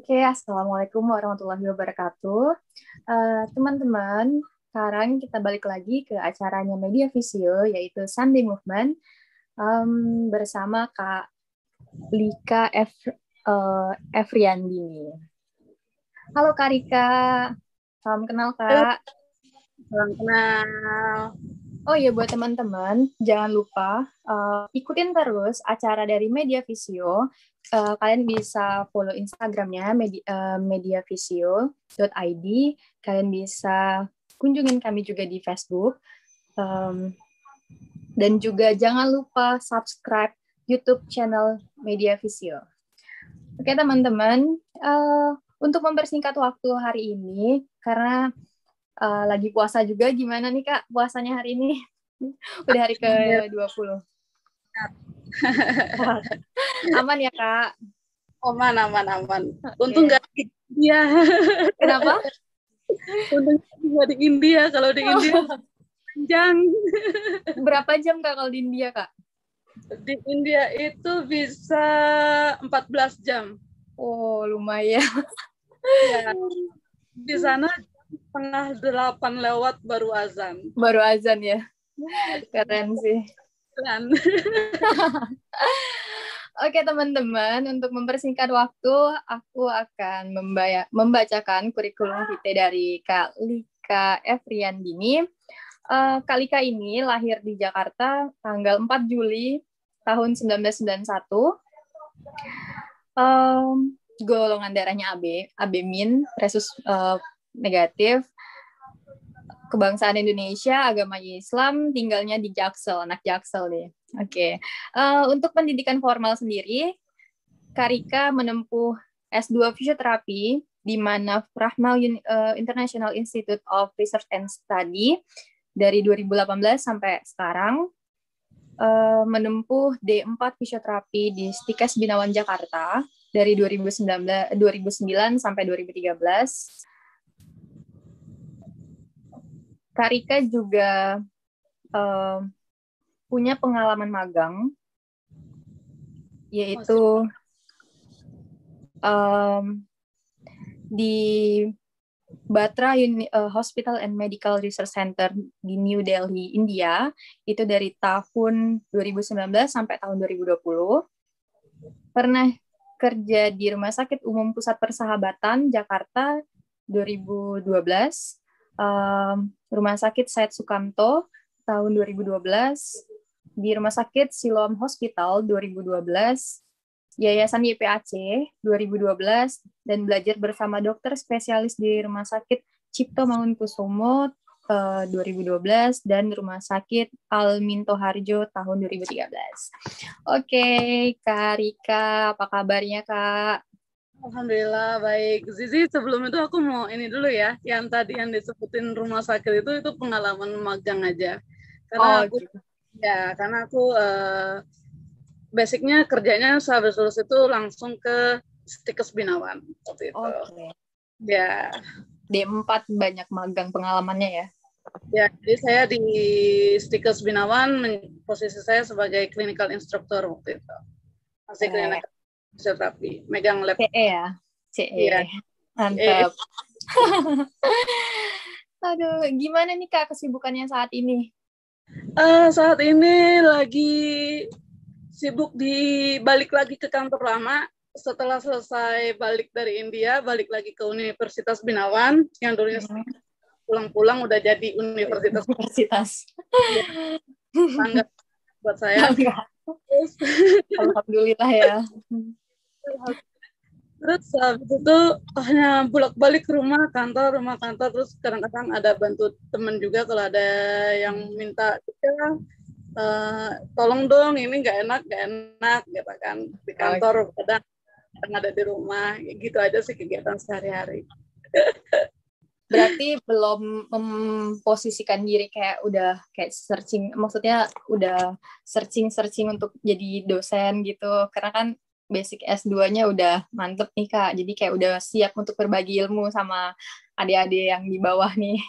Oke, Assalamualaikum warahmatullahi wabarakatuh. Teman-teman, sekarang kita balik lagi ke acaranya Media Visio, yaitu Sunday Movement, bersama Kak Lika Efriandini. Halo Kak Rika, salam kenal Kak. Salam kenal. Oh iya, buat teman-teman, jangan lupa ikutin terus acara dari Media Visio. Kalian bisa follow Instagramnya mediavisio.id. Kalian bisa kunjungin kami juga di Facebook. Dan juga jangan lupa subscribe YouTube channel Media Visio. Oke teman-teman, untuk mempersingkat waktu hari ini, karena lagi puasa juga, gimana nih Kak puasanya hari ini? Udah hari ke-20. Aman ya Kak? Aman. Untung nggak di India. Kenapa? Untung nggak di India. Kalau di India panjang. Berapa jam Kak kalau di India Kak? Di India itu bisa 14 jam. Oh lumayan. Ya. Di sana 7:30 lewat baru azan. Baru azan ya? Keren sih. Keren. Oke teman-teman, untuk mempersingkat waktu, aku akan membacakan kurikulum vitae dari Kak Lika Efriandini. Kak Lika ini lahir di Jakarta tanggal 4 Juli tahun 1991. Golongan darahnya AB-, resus negatif. Kebangsaan Indonesia, agama Islam, tinggalnya di Jaksel, anak Jaksel deh. Oke. Untuk pendidikan formal sendiri, Kak Rika menempuh S2 Fisioterapi di mana Rahmal International Institute of Research and Study dari 2018 sampai sekarang. Menempuh D4 Fisioterapi di Stikes Binawan Jakarta dari 2009 sampai 2013. Kak Rika juga punya pengalaman magang, yaitu di Batra Hospital and Medical Research Center di New Delhi, India, itu dari tahun 2019 sampai tahun 2020. Pernah kerja di Rumah Sakit Umum Pusat Persahabatan, Jakarta, 2012. Rumah Sakit Said Sukamto tahun 2012, di Rumah Sakit Siloam Hospital 2012, Yayasan YPAC 2012, dan belajar bersama dokter spesialis di Rumah Sakit Cipto Mangunkusumo 2012, dan Rumah Sakit Al Minto Harjo tahun 2013. Oke, Kak Rika, apa kabarnya Kak? Alhamdulillah baik. Zizi, sebelum itu aku mau ini dulu ya, yang tadi yang disebutin rumah sakit itu pengalaman magang aja. Karena aku basicnya kerjanya sehabis lulus itu langsung ke Stikes Binawan waktu itu. Ya. D4 banyak magang pengalamannya ya. Ya, jadi saya di Stikes Binawan, posisi saya sebagai clinical instructor waktu itu. Masih clinical fisioterapi, megang lab. CE ya? CE. Iya. Mantap. Aduh, gimana nih Kak kesibukannya saat ini? Saat ini lagi sibuk balik lagi ke kantor lama. Setelah selesai balik dari India, balik lagi ke Universitas Binawan, yang dulunya pulang-pulang udah jadi universitas. Ya, bangga buat saya. Alhamdulillah ya. Terus habis itu hanya bolak-balik ke rumah kantor, terus kadang-kadang ada bantu teman juga kalau ada yang minta tolong dong ini nggak enak gitu kan di kantor, kadang ada di rumah, gitu aja sih kegiatan sehari-hari. Berarti belum memposisikan diri kayak udah kayak searching, maksudnya udah searching untuk jadi dosen gitu, karena kan basic S2-nya udah mantep nih Kak, jadi kayak udah siap untuk berbagi ilmu sama adik-adik yang di bawah nih.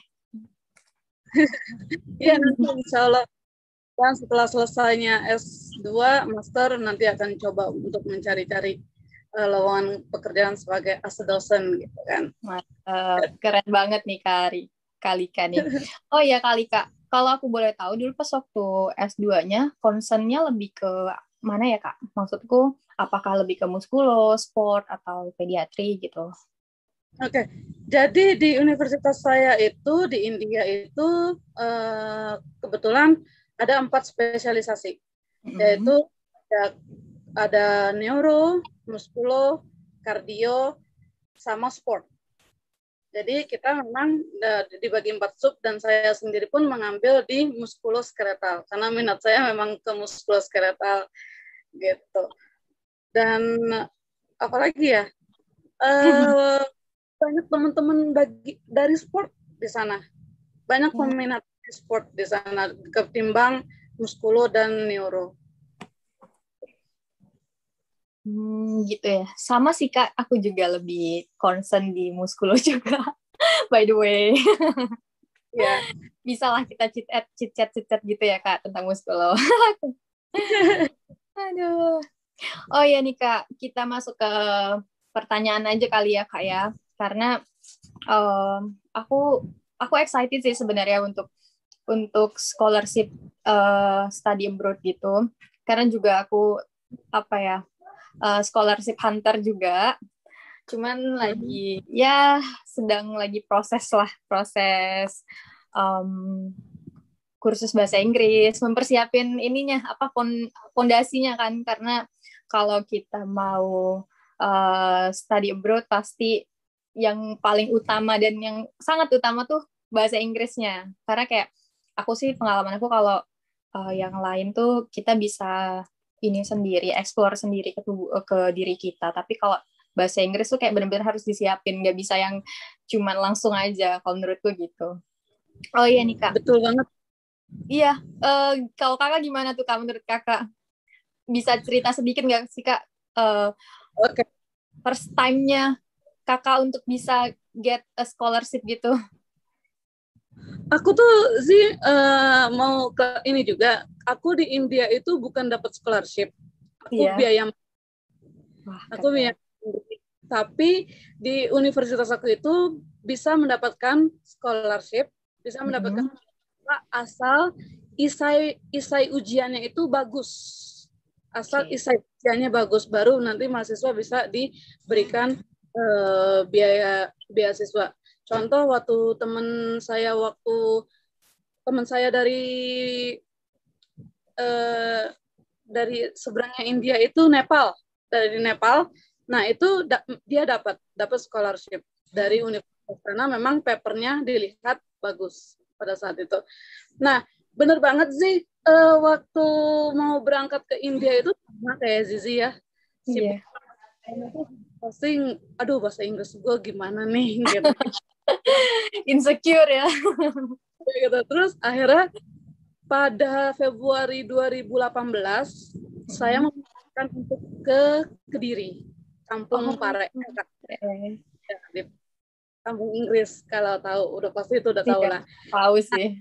Iya, nanti insya Allah setelah selesainya S2, Master, nanti akan coba untuk mencari-cari lowongan pekerjaan sebagai as a dosen gitu kan. Keren banget nih Kalika nih. Oh ya Kalika, kalau aku boleh tahu dulu pas waktu S2-nya concern-nya lebih ke mana ya Kak? Maksudku apakah lebih ke muskulo, sport, atau pediatri gitu? Oke, jadi di universitas saya itu di India itu kebetulan ada 4 spesialisasi, yaitu ada neuro, muskulo, kardio, sama sport. Jadi kita memang dibagi 4 sub dan saya sendiri pun mengambil di muskuloskeletal karena minat saya memang ke muskuloskeletal gitu. Dan apalagi ya, banyak teman-teman dari sport di sana, banyak peminat sport di sana ketimbang muskulo dan neuro. Gitu ya. Sama sih Kak, aku juga lebih concern di muskulo juga. By the way. Ya. Bisa lah kita chit-chat gitu ya Kak tentang muskulo. Aduh. Oh ya nih Kak, kita masuk ke pertanyaan aja kali ya Kak ya. Karena aku excited sih sebenarnya untuk scholarship study abroad gitu. Karena juga aku scholarship hunter juga. Cuman lagi sedang lagi proses kursus bahasa Inggris, mempersiapin ininya fondasinya kan, karena kalau kita mau study abroad pasti yang paling utama dan yang sangat utama tuh bahasa Inggrisnya, karena kayak aku sih pengalaman aku kalau yang lain tuh kita bisa ini sendiri, explore sendiri ke diri kita, tapi kalau bahasa Inggris tuh kayak benar-benar harus disiapin, nggak bisa yang cuman langsung aja kalau menurutku gitu. Oh iya nih Kak. Betul banget. Iya, kalau kakak gimana tuh Kak menurut kakak? Bisa cerita sedikit nggak sih Kak? Oke. First time-nya kakak untuk bisa get a scholarship gitu. Aku tuh sih mau ke ini juga. Aku di India itu bukan dapat scholarship. Aku biaya. Aku biaya. Tapi di universitas aku itu bisa mendapatkan scholarship, bisa mendapatkan asal isai ujiannya itu bagus. Asal isai ujiannya bagus, baru nanti mahasiswa bisa diberikan biaya beasiswa. Contoh waktu teman saya dari seberangnya India itu Nepal, dari Nepal. Nah itu dia dapat scholarship dari universitas karena memang papernya dilihat bagus pada saat itu. Nah benar banget sih waktu mau berangkat ke India itu sama kayak Zizi ya. Iya. Pasti, aduh bahasa Inggris gue gimana nih gitu. Insecure ya. Gitu. Terus akhirnya pada Februari 2018 saya memutuskan untuk ke Kediri, Kampung Pare. Di Kampung Inggris, kalau tahu udah pasti itu udah tahu lah. Tahu sih.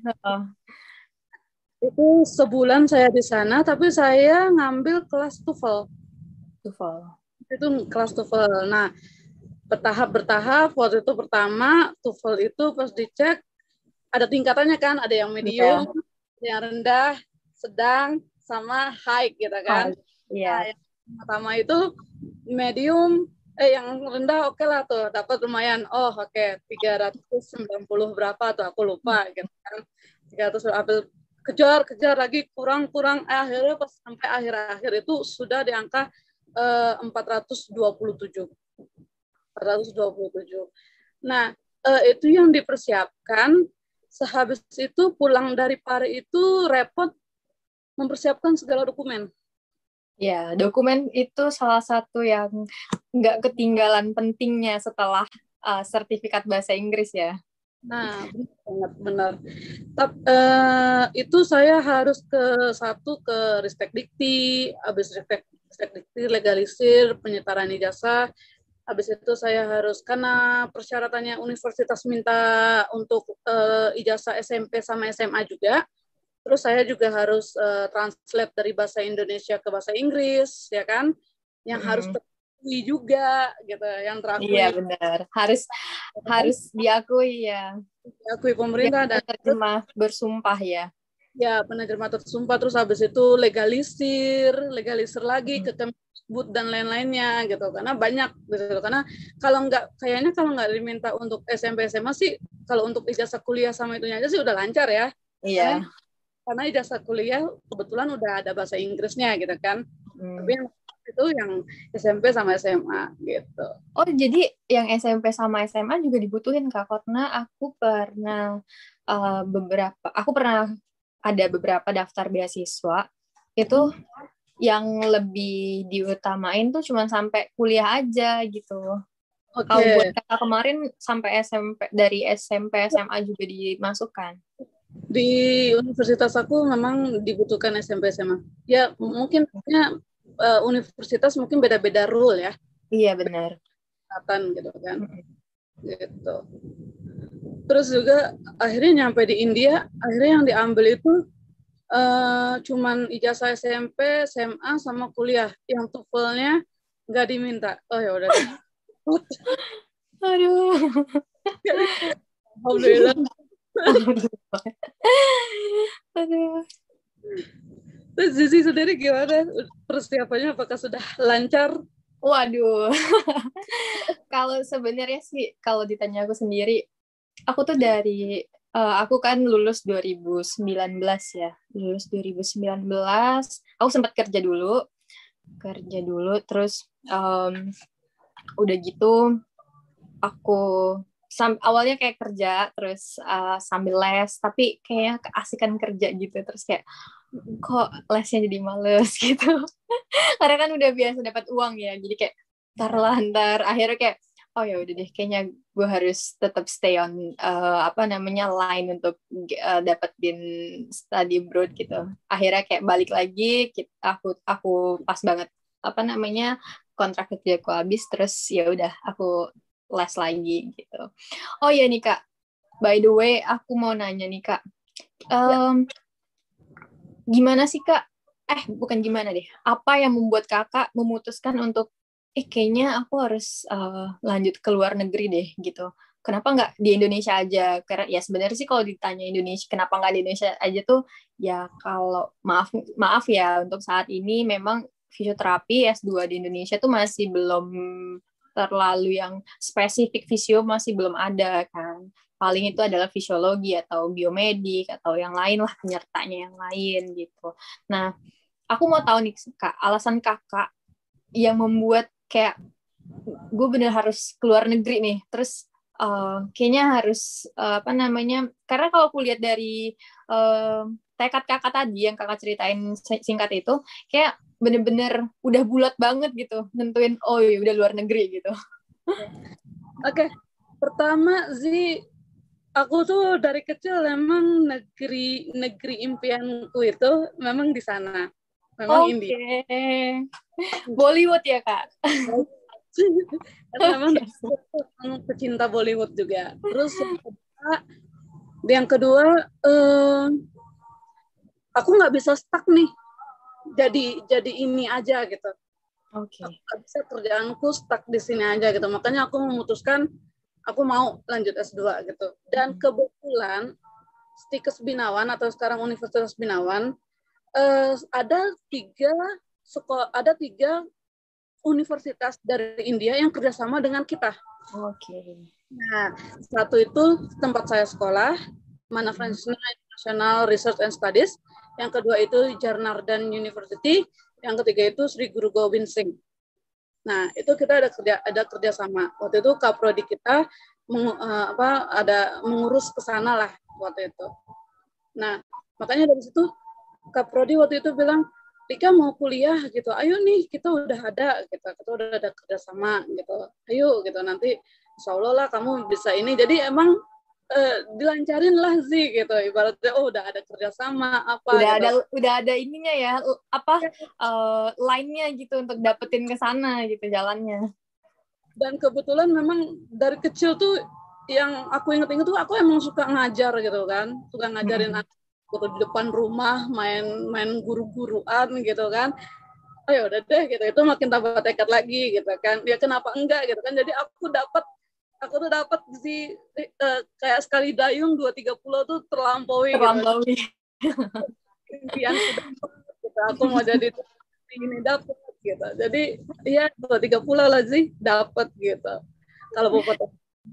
Itu sebulan saya di sana, tapi saya ngambil kelas TOEFL. Itu kelas TOEFL. Nah, bertahap waktu itu pertama TOEFL itu pas dicek ada tingkatannya kan, ada yang medium, yang rendah, sedang, sama high gitu kan. Nah, yang pertama itu medium, yang rendah oke lah tuh, dapat lumayan. Oh oke, 390 berapa tuh, aku lupa gitu kan. 300 ambil kejar lagi, kurang, akhirnya pas sampai akhir itu sudah di angka 427. Nah, itu yang dipersiapkan. Sehabis itu pulang dari Pare itu repot mempersiapkan segala dokumen. Ya, dokumen itu salah satu yang nggak ketinggalan pentingnya setelah sertifikat bahasa Inggris ya. Nah, sangat benar. Itu saya harus ke Ristek-Dikti, habis Ristek-Dikti legalisir penyetaraan ijazah. Habis itu saya harus, karena persyaratannya universitas minta untuk ijazah SMP sama SMA juga, terus saya juga harus translate dari bahasa Indonesia ke bahasa Inggris, ya kan, yang harus terakui juga gitu, yang Iya terakui benar. Harus diakui ya. diakui Yang pemerintah dan terjemah bersumpah ya. ya penerima tersumpah, terus habis itu legalisir lagi ke Kemdikbud dan lain-lainnya gitu, karena banyak gitu, karena kalau nggak diminta untuk SMP SMA sih, kalau untuk ijazah kuliah sama itunya aja sih udah lancar ya, Iya. karena ijazah kuliah kebetulan udah ada bahasa Inggrisnya gitu kan, tapi yang itu yang SMP sama SMA gitu. Oh, jadi yang SMP sama SMA juga dibutuhin, Kak, karena aku pernah ada beberapa daftar beasiswa itu yang lebih diutamain tuh cuma sampai kuliah aja gitu. Kalau buat Kakak kemarin sampai SMP, dari SMP SMA juga dimasukkan. Di universitas aku memang dibutuhkan SMP SMA. Ya mungkin universitas mungkin beda-beda rule ya. Iya benar. Gitu kan. Gitu. Terus juga akhirnya nyampe di India, akhirnya yang diambil itu cuman ijazah SMP, SMA sama kuliah. Yang TOEFL-nya nggak diminta. Oh ya udah deh. Aduh. Alhamdulillah. Aduh. Terus Zizi sendiri gimana? Persiapannya apakah sudah lancar? Waduh. Kalau sebenarnya sih, kalau ditanya aku sendiri, aku tuh aku kan lulus 2019 ya. Lulus 2019, aku sempat kerja dulu, terus udah gitu aku awalnya kayak kerja, terus sambil les, tapi kayaknya keasikan kerja gitu, terus kayak kok lesnya jadi males gitu. Karena kan udah biasa dapat uang ya, jadi kayak ntar akhirnya kayak oh ya udah deh, kayaknya gue harus tetap stay on line untuk dapetin study abroad gitu. Akhirnya kayak balik lagi, aku pas banget kontrak kerjaku habis, terus ya udah aku les lagi gitu. Oh ya nih Kak, by the way aku mau nanya nih Kak, gimana sih Kak? Bukan gimana deh. Apa yang membuat Kakak memutuskan untuk kayaknya aku harus lanjut ke luar negeri deh gitu. Kenapa nggak di Indonesia aja? Karena ya sebenarnya sih kalau ditanya Indonesia, kenapa nggak di Indonesia aja tuh ya kalau maaf ya, untuk saat ini memang fisioterapi S2 di Indonesia tuh masih belum terlalu yang spesifik fisio, masih belum ada kan. Paling itu adalah fisiologi atau biomedik atau yang lain lah, penyertanya yang lain gitu. Nah, aku mau tahu nih Kak, alasan Kakak yang membuat kayak gue bener harus keluar negeri nih. Terus kayaknya harus karena kalau aku lihat dari tekad Kakak tadi yang Kakak ceritain singkat itu, kayak bener-bener udah bulat banget gitu nentuin oh ya udah luar negeri gitu. Oke. Pertama aku tuh dari kecil memang negeri impianku itu memang di sana. Memang India. Bollywood ya Kak? Memang pecinta Bollywood juga. Terus yang kedua aku nggak bisa stuck nih jadi ini aja gitu. Nggak bisa kerjaanku stuck di sini aja gitu. Makanya aku memutuskan aku mau lanjut S2 gitu. Dan kebetulan Stikes Binawan atau sekarang Universitas Binawan ada tiga universitas dari India yang kerjasama dengan kita. Nah, satu itu tempat saya sekolah, Manavendra International Research and Studies. Yang kedua itu Janardhan University. Yang ketiga itu Sri Guru Gobind Singh. Nah, itu kita ada kerjasama. Waktu itu Kaprodi kita ada mengurus ke sana lah waktu itu. Nah, makanya dari situ Kaprodi waktu itu bilang, Rika mau kuliah gitu, ayo nih kita udah ada kerjasama gitu, ayo gitu nanti insya Allah lah kamu bisa ini. Jadi emang dilancarin lah sih gitu, ibaratnya udah ada kerjasama udah ada ininya ya line-nya gitu untuk dapetin ke sana gitu jalannya. Dan kebetulan memang dari kecil tuh yang aku inget-inget tuh aku emang suka ngajar gitu kan, suka ngajarin anak gitu di depan rumah, main guru-guruan gitu kan. oh ya udah deh gitu, itu makin tambah tekad lagi gitu kan, ya kenapa enggak gitu kan. Jadi aku tuh dapat di kayak sekali dayung 2-3 pulau tuh terlampaui gitu, Terlampaui. impianku dapat gitu. Aku mau jadi ini dapat gitu, jadi ya 2-3 pulau lah sih dapat gitu kalau mau foto.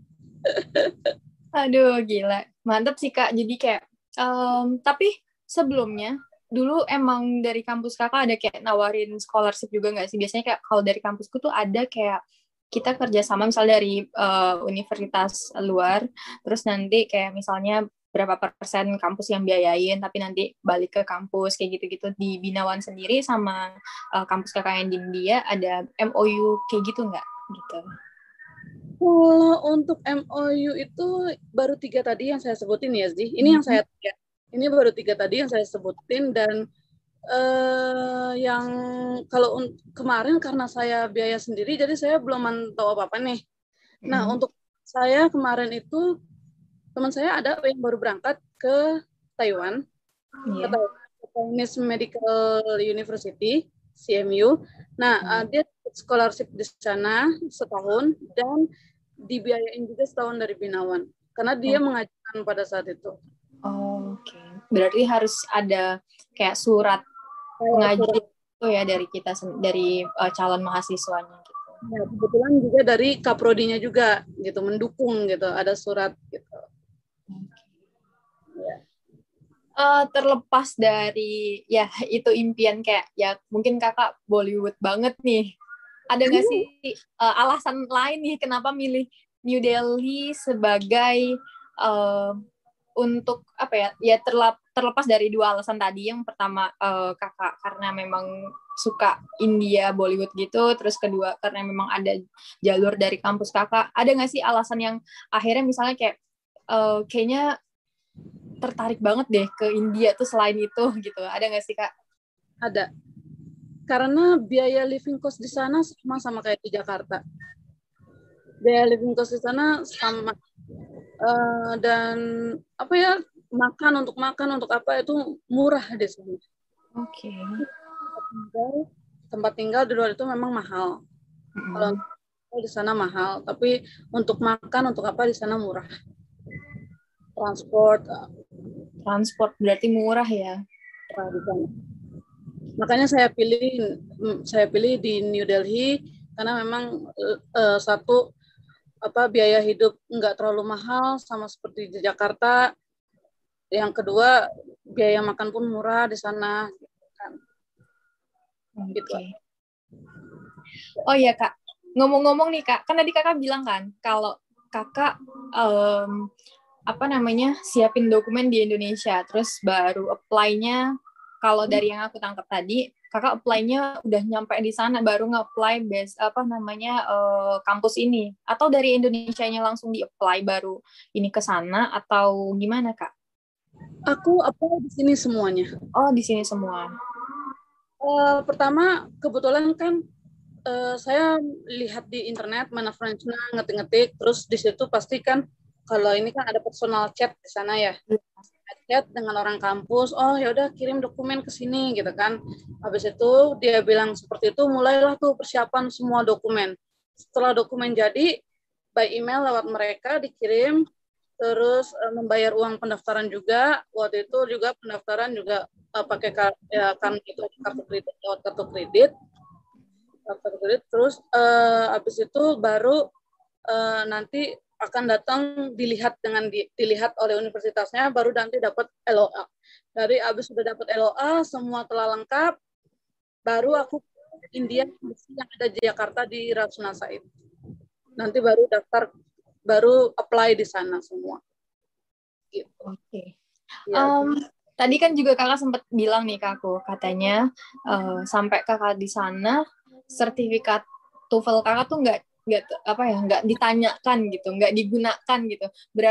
Aduh, gila. Mantap sih, Kak. Jadi kayak, tapi sebelumnya, dulu emang dari kampus kakak ada kayak nawarin scholarship juga nggak sih? Biasanya kayak kalau dari kampusku tuh ada kayak kita kerjasama misalnya dari universitas luar, terus nanti kayak misalnya berapa persen kampus yang biayain, tapi nanti balik ke kampus, kayak gitu-gitu. Di Binawan sendiri sama kampus kakak yang di India ada MOU kayak gitu nggak? Gitu. Kalau untuk MOU itu baru 3 tadi yang saya sebutin ya sih. Ini baru 3 tadi yang saya sebutin, dan yang kalau kemarin karena saya biaya sendiri, jadi saya belum mantau apa-apa nih. Nah, untuk saya kemarin itu teman saya ada yang baru berangkat ke Taiwan, ke Chinese Medical University, CMU. Nah, dia scholarship di sana setahun dan dibiayain juga setahun dari Binawan karena dia mengajukan pada saat itu. Oke. Berarti harus ada kayak surat pengajuan itu ya dari kita, dari calon mahasiswanya gitu. Ya, kebetulan juga dari Kaprodinya juga gitu mendukung gitu, ada surat gitu. Ya. Terlepas dari ya itu impian kayak ya mungkin kakak Bollywood banget nih. Ada nggak sih alasan lain nih kenapa milih New Delhi sebagai untuk apa ya? Ya terlepas dari dua alasan tadi. Yang pertama kakak karena memang suka India Bollywood gitu, terus kedua karena memang ada jalur dari kampus kakak. Ada nggak sih alasan yang akhirnya misalnya kayak kayaknya tertarik banget deh ke India tuh selain itu gitu. Ada nggak sih Kak? Ada. Karena biaya living cost di sana sama kayak di Jakarta. Biaya living cost di sana sama, dan apa ya, makan untuk apa itu murah di sana. Oke. Tempat tinggal di luar itu memang mahal. Kalau di sana mahal, tapi untuk makan untuk apa di sana murah. Transport Berarti murah ya. di sana. Makanya saya pilih di New Delhi karena memang satu biaya hidup nggak terlalu mahal sama seperti di Jakarta. Yang kedua biaya makan pun murah di sana. Gitu. Oh iya Kak, ngomong-ngomong nih Kak, kan tadi Kakak bilang kan kalau Kakak siapin dokumen di Indonesia, terus baru apply-nya. Kalau dari yang aku tangkap tadi, Kakak apply-nya udah nyampe di sana, baru nge-apply kampus ini. Atau dari Indonesianya langsung di-apply baru ini ke sana, atau gimana Kak? Aku apply di sini semuanya. Oh, di sini semua. Pertama, kebetulan kan saya lihat di internet mana French-nya, ngetik-ngetik, terus di situ pasti kan kalau ini kan ada personal chat di sana ya. Chat dengan orang kampus, oh ya udah kirim dokumen ke sini gitu kan. Habis itu dia bilang seperti itu, mulailah tuh persiapan semua dokumen. Setelah dokumen jadi, by email lewat mereka dikirim, terus membayar uang pendaftaran juga. Waktu itu juga pendaftaran juga pakai kartu kredit, lewat kartu kredit. Terus habis itu baru nanti akan datang dilihat oleh universitasnya, baru nanti dapat LOA. Dari habis sudah dapat LOA, semua telah lengkap, baru aku India yang ada di Jakarta di Rasuna Said. Nanti baru daftar, baru apply di sana semua. Gitu. Oke. Tadi kan juga kakak sempat bilang nih ke aku, katanya sampai kakak di sana sertifikat TOEFL kakak tuh nggak ditanyakan gitu, nggak digunakan gitu.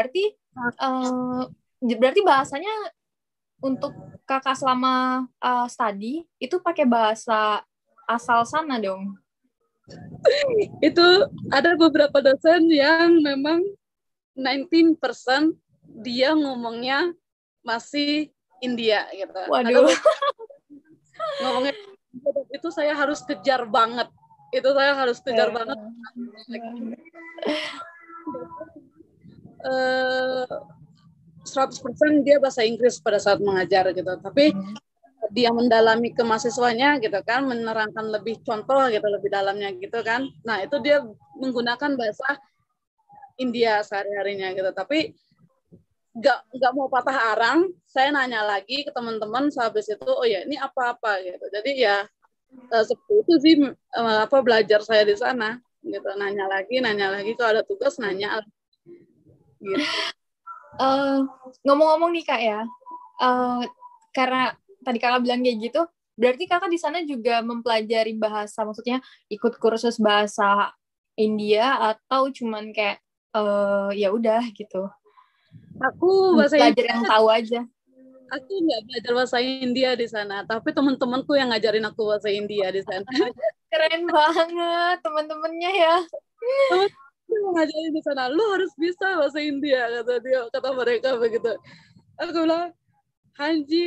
Berarti bahasanya untuk kakak selama study itu pakai bahasa asal sana dong. Itu ada beberapa dosen yang memang 19% dia ngomongnya masih India gitu. Waduh. Ngomongnya Itu saya harus kejar banget. 100% dia bahasa Inggris pada saat mengajar gitu. Tapi dia mendalami ke mahasiswanya gitu kan, menerangkan lebih contoh gitu, lebih dalamnya gitu kan. Nah, itu dia menggunakan bahasa India sehari-harinya gitu. Tapi nggak mau patah arang, saya nanya lagi ke teman-teman sehabis itu, oh ya ini apa-apa gitu. Jadi ya seperti itu sih belajar saya di sana gitu. Nanya lagi kalau ada tugas nanya gitu. Ngomong-ngomong nih Kak ya, karena tadi Kakak bilang kayak gitu, berarti Kakak di sana juga mempelajari bahasa, maksudnya ikut kursus bahasa India atau cuman kayak ya udah gitu. Aku bahasa Belajar yang tahu aja. Aku nggak belajar bahasa India di sana, tapi teman-temanku yang ngajarin aku bahasa India di sana. Keren banget teman-temannya ya. Teman ngajarin di sana, lu harus bisa bahasa India kata mereka begitu. Aku bilang Hanji.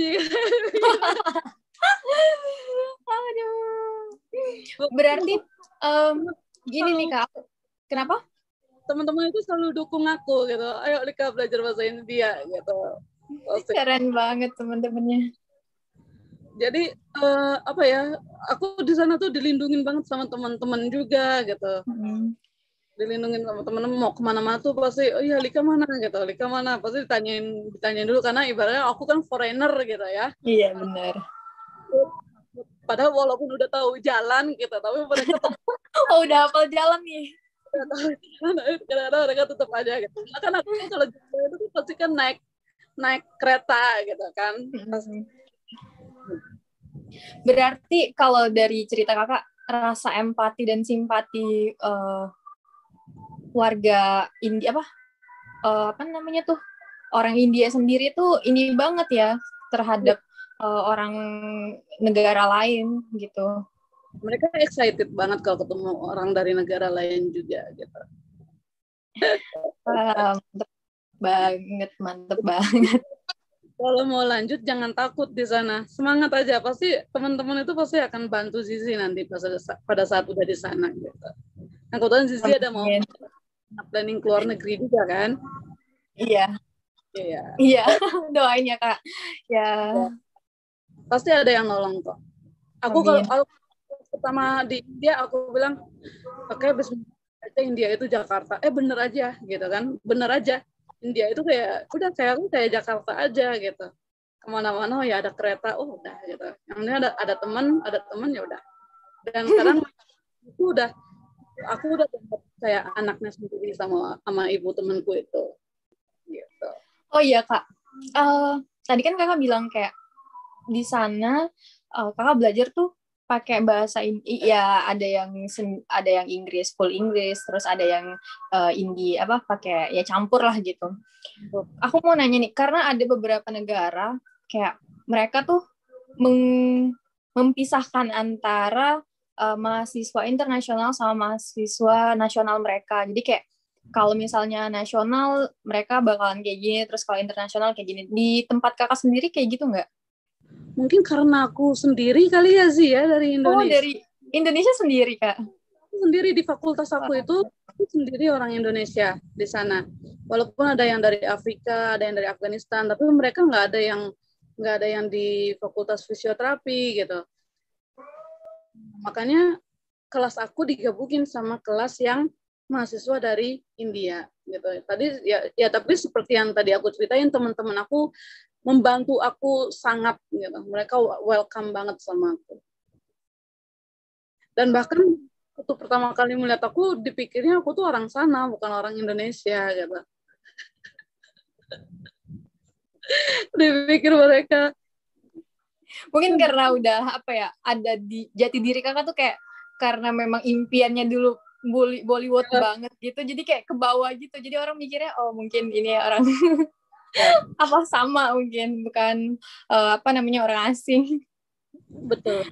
Aduh. Berarti gini nih Kak, kenapa? Teman-teman itu selalu dukung aku gitu. Ayo Lika belajar bahasa India gitu. Keren banget teman-temannya. Jadi aku di sana tuh dilindungin banget sama teman-teman juga gitu. Dilindungin sama temen mau kemana-mana tuh pasti, oh iya Lika mana gitu, Lika mana pasti ditanyain dulu karena ibaratnya aku kan foreigner gitu ya. Iya benar. Padahal walaupun udah tahu jalan gitu, tapi mereka tetap udah hafal jalan nih. Kadang-kadang mereka tetap aja gitu. Kan aku kalau jalan itu pasti kan naik kereta gitu kan. Berarti kalau dari cerita Kakak, rasa empati dan simpati warga India apa namanya tuh, orang India sendiri tuh ini banget ya terhadap orang negara lain gitu. Mereka excited banget kalau ketemu orang dari negara lain juga gitu. Mantep banget. Kalau mau lanjut jangan takut di sana, semangat aja, pasti teman-teman itu pasti akan bantu Zizi nanti pada saat udah di sana gitu. Nah, kebetulan Zizi ada mau planning keluar negeri juga kan? Iya. Iya. Iya, doain ya Kak. Ya. Pasti ada yang nolong kok. Aku kalau pertama di India aku bilang, oke, India itu Jakarta. Bener aja gitu kan? Bener aja. India itu kayak udah kayak Jakarta aja gitu. Kemana-mana ya ada kereta, udah gitu. Yang ini ada teman ya udah. Dan sekarang itu aku udah kayak anaknya sendiri sama ibu temanku itu. Gitu. Oh iya Kak, tadi kan Kakak bilang kayak di sana Kakak belajar tuh pakai bahasa ya ada yang Inggris, full Inggris, terus ada yang India pakai ya campur lah gitu. Aku mau nanya nih, karena ada beberapa negara kayak mereka tuh mempisahkan antara mahasiswa internasional sama mahasiswa nasional mereka. Jadi kayak kalau misalnya nasional mereka bakalan kayak gini, terus kalau internasional kayak gini. Di tempat Kakak sendiri kayak gitu nggak? Mungkin karena aku sendiri kali ya sih ya dari Indonesia. Oh, dari Indonesia sendiri, Kak? Sendiri di fakultas aku itu sendiri orang Indonesia di sana. Walaupun ada yang dari Afrika, ada yang dari Afghanistan, tapi mereka nggak ada yang di fakultas fisioterapi gitu. Makanya kelas aku digabungin sama kelas yang mahasiswa dari India gitu. Tadi ya tapi seperti yang tadi aku ceritain, teman-teman aku membantu aku sangat gitu. Mereka welcome banget sama aku. Dan bahkan waktu pertama kali melihat aku, dipikirnya aku tuh orang sana, bukan orang Indonesia gitu. Dipikir mereka. Mungkin karena udah ada di jati diri Kakak tuh kayak karena memang impiannya dulu Bollywood banget gitu, jadi kayak ke bawah gitu. Jadi orang mikirnya oh mungkin ini orang sama mungkin bukan orang asing. Betul.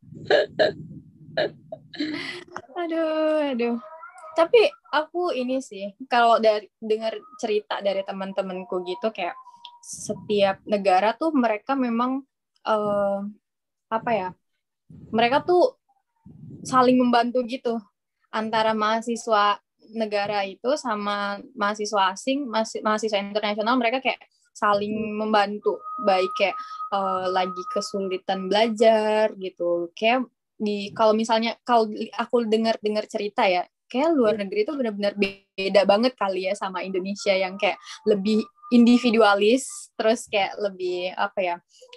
Aduh. Tapi aku ini sih, kalau dengar cerita dari teman-temanku gitu, kayak setiap negara tuh mereka memang mereka tuh saling membantu gitu antara mahasiswa negara itu sama mahasiswa asing, mahasiswa internasional, mereka kayak saling membantu, baik kayak lagi kesulitan belajar gitu. Kayak kalau misalnya kalau aku dengar cerita ya, kayak luar negeri itu benar-benar beda banget kali ya sama Indonesia yang kayak lebih individualis, terus kayak lebih apa ya,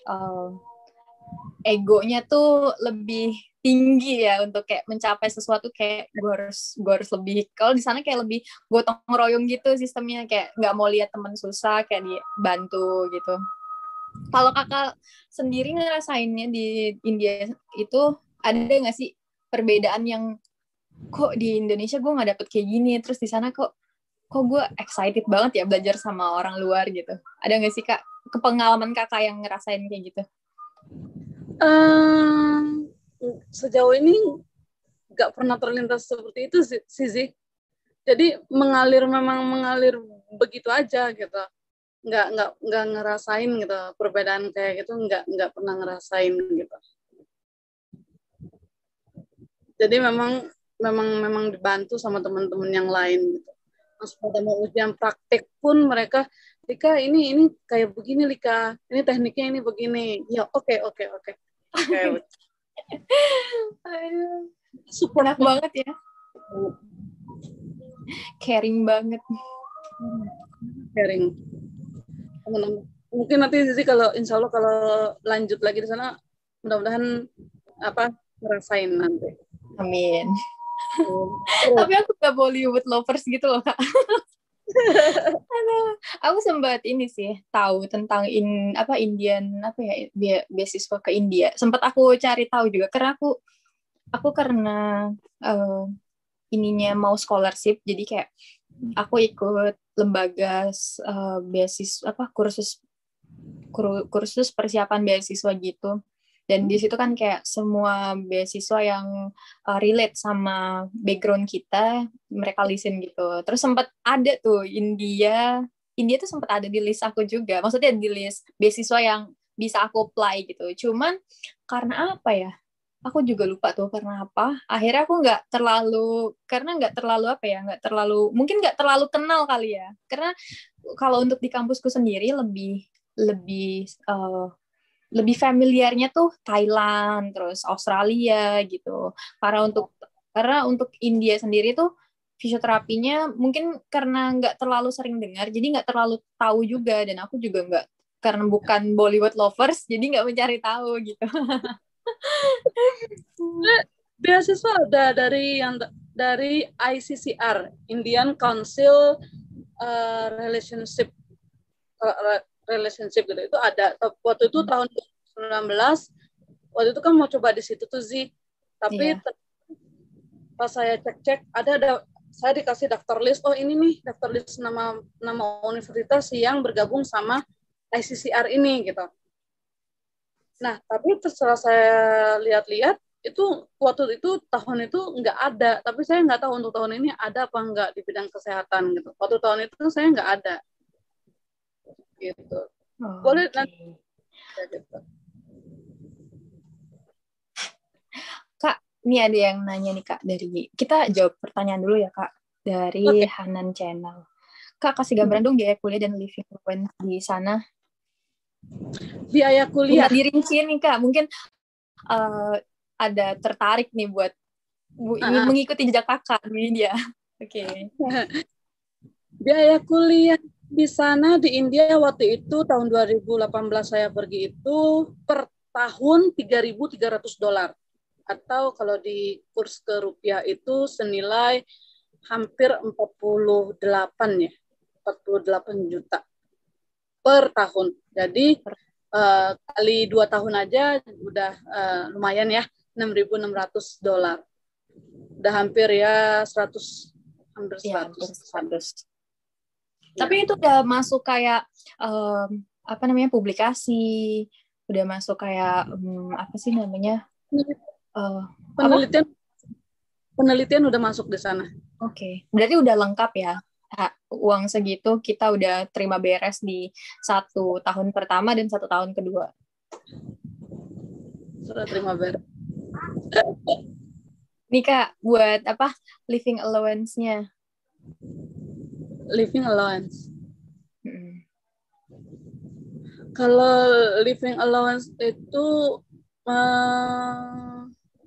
egonya tuh lebih tinggi ya untuk kayak mencapai sesuatu, kayak gue harus lebih. Kalau di sana kayak lebih gotong royong gitu sistemnya, kayak nggak mau lihat teman susah kayak dibantu gitu. Kalau kakak sendiri ngerasainnya di India itu ada nggak sih perbedaan yang kok di Indonesia gue nggak dapet kayak gini, terus di sana kok gue excited banget ya belajar sama orang luar gitu. Ada nggak sih kak kepengalaman kakak yang ngerasain kayak gitu? Sejauh ini nggak pernah terlintas seperti itu sih. Jadi memang mengalir begitu aja gitu. Nggak ngerasain gitu perbedaan kayak gitu, nggak pernah ngerasain gitu. Jadi memang dibantu sama teman-teman yang lain gitu. Pas pada mau ujian praktek pun mereka, Lika ini kayak begini Lika, ini tekniknya ini begini. Ya oke. Support enak banget ya, caring banget. Caring. Mungkin nanti Zizi kalau insya Allah kalau lanjut lagi di sana, mudah-mudahan ngerasain nanti. Amin. Tapi aku gak Bollywood lovers gitu loh kak. Aku sempat ini sih tahu tentang Indian beasiswa ke India. Sempat aku cari tahu juga karena aku karena ininya mau scholarship, jadi kayak aku ikut lembaga beasiswa kursus persiapan beasiswa gitu. Dan di situ kan kayak semua beasiswa yang relate sama background kita mereka listen gitu. Terus sempat ada tuh India tuh sempat ada di list aku juga. Maksudnya di list beasiswa yang bisa aku apply gitu. Cuman karena apa ya? Aku juga lupa tuh karena apa. Akhirnya aku nggak terlalu mungkin nggak terlalu kenal kali ya. Karena kalau untuk di kampusku sendiri lebih familiarnya tuh Thailand, terus Australia gitu. Karena untuk India sendiri tuh fisioterapinya mungkin karena nggak terlalu sering dengar, jadi nggak terlalu tahu juga, dan aku juga nggak, karena bukan Bollywood lovers, jadi nggak mencari tahu gitu. Beasiswa ada dari ICCR, Indian Council Relationship gitu, itu ada waktu itu tahun 2019. Waktu itu kan mau coba di situ tuh tapi pas saya cek saya dikasih daftar list, oh ini nih daftar list nama universitas yang bergabung sama ICCR ini gitu. Nah tapi setelah saya lihat-lihat itu waktu itu tahun itu nggak ada, tapi saya nggak tahu untuk tahun ini ada apa nggak di bidang kesehatan gitu. Waktu tahun itu saya nggak ada gitu. Boleh nanti ya, gitu. Kak, ini ada yang nanya nih Kak, dari kita jawab pertanyaan dulu ya Kak, dari Hanan Channel. Kak, kasih gambaran dong biaya kuliah dan living expense di sana. Biaya kuliah. Minta dirinciin nih Kak, mungkin ada tertarik nih buat ingin mengikuti jejak Kakak di India. Oke. Biaya kuliah di sana di India waktu itu tahun 2018 saya pergi itu per tahun $3.300, atau kalau di kurs ke rupiah itu senilai hampir 48 juta per tahun. Jadi kali 2 tahun aja udah lumayan ya, $6.600. Udah hampir ya 100. Ya, 100. Tapi itu udah masuk kayak publikasi, udah masuk kayak apa sih namanya? Penelitian udah masuk di sana. Oke. Berarti udah lengkap ya. Uang segitu kita udah terima beres di 1 tahun pertama dan 1 tahun kedua. Sudah terima beres. Nih Kak, buat apa? Living allowance-nya. Living allowance. Mm. Kalau living allowance itu uh,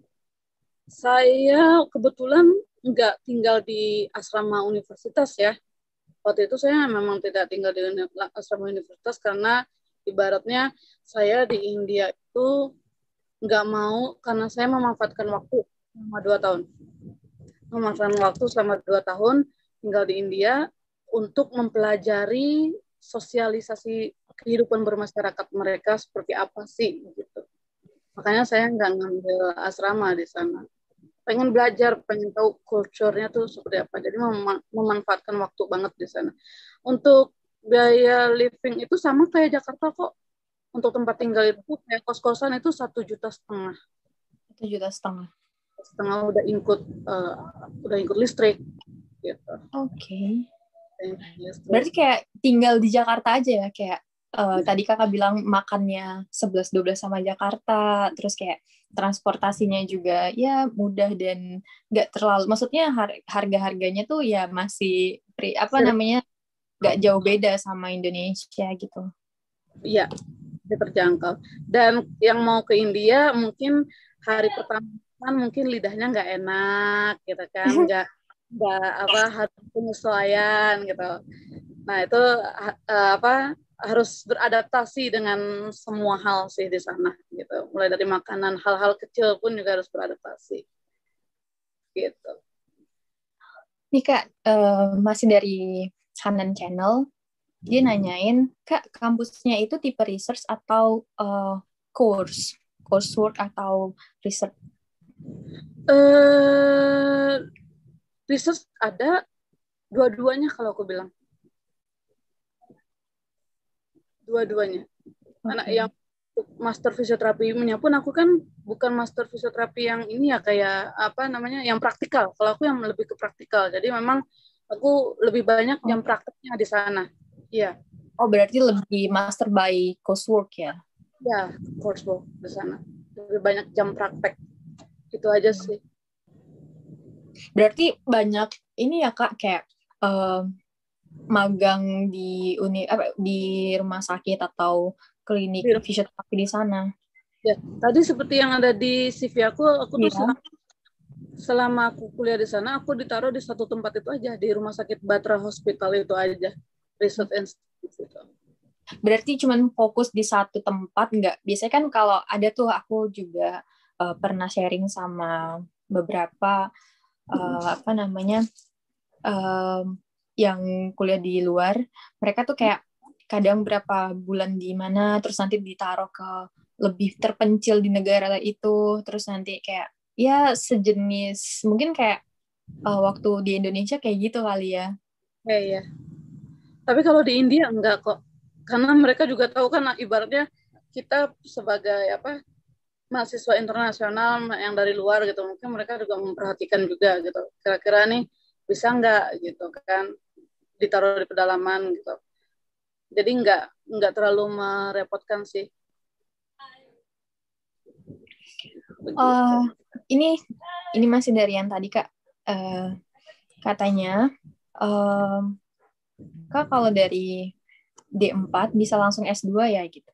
saya kebetulan nggak tinggal di asrama universitas ya. Waktu itu saya memang tidak tinggal di asrama universitas karena ibaratnya saya di India itu nggak mau karena saya memanfaatkan waktu selama 2 tahun. Memanfaatkan waktu selama 2 tahun tinggal di India untuk mempelajari sosialisasi kehidupan bermasyarakat mereka seperti apa sih gitu. Makanya saya nggak ngambil asrama di sana. Pengen belajar, pengen tahu culture-nya tuh seperti apa. Jadi memanfaatkan waktu banget di sana. Untuk biaya living itu sama kayak Jakarta kok. Untuk tempat tinggal itu kayak kos-kosan itu 1,5 juta. 1,5 juta. Setengah udah ikut listrik gitu. Oke. Berarti kayak tinggal di Jakarta aja ya, kayak tadi kakak bilang makannya 11-12 sama Jakarta, terus kayak transportasinya juga ya mudah dan nggak terlalu, maksudnya harga-harganya tuh ya masih namanya nggak jauh beda sama Indonesia gitu. Iya, terjangkau. Dan yang mau ke India mungkin hari pertama kan mungkin lidahnya nggak enak gitu kan, nggak harus penyesuaian gitu. Nah itu harus beradaptasi dengan semua hal sih di sana gitu. Mulai dari makanan, hal-hal kecil pun juga harus beradaptasi gitu. Nih Kak, masih dari Hanan Channel, dia nanyain, Kak, kampusnya itu tipe research atau coursework atau research? Research ada dua-duanya kalau aku bilang. Dua-duanya. Okay. Anak yang master fisioterapinya pun aku kan bukan master fisioterapi yang ini ya kayak yang praktikal. Kalau aku yang lebih ke praktikal. Jadi memang aku lebih banyak jam prakteknya di sana. Iya. Oh, berarti lebih master by coursework ya? Ya, coursework di sana. Lebih banyak jam praktek. Itu aja sih. Berarti banyak ini ya Kak, kayak magang di rumah sakit atau klinik fisioterapi di sana. Ya, tadi seperti yang ada di CV aku tuh selama aku kuliah di sana, aku ditaruh di satu tempat itu aja, di Rumah Sakit Batra Hospital itu aja, Research Institute. Berarti cuma fokus di satu tempat, nggak? Biasanya kan kalau ada tuh, aku juga pernah sharing sama beberapa yang kuliah di luar, mereka tuh kayak kadang berapa bulan di mana, terus nanti ditaruh ke lebih terpencil di negara itu, terus nanti kayak ya sejenis mungkin kayak waktu di Indonesia kayak gitu kali ya. Iya. Tapi kalau di India enggak kok, karena mereka juga tahu kan ibaratnya kita sebagai mahasiswa internasional yang dari luar gitu, mungkin mereka juga memperhatikan juga gitu. Kira-kira nih bisa nggak gitu kan ditaruh di pedalaman gitu. Jadi nggak terlalu merepotkan sih. Ini masih dari yang tadi Kak, katanya Kak kalau dari D4 bisa langsung S2 ya gitu?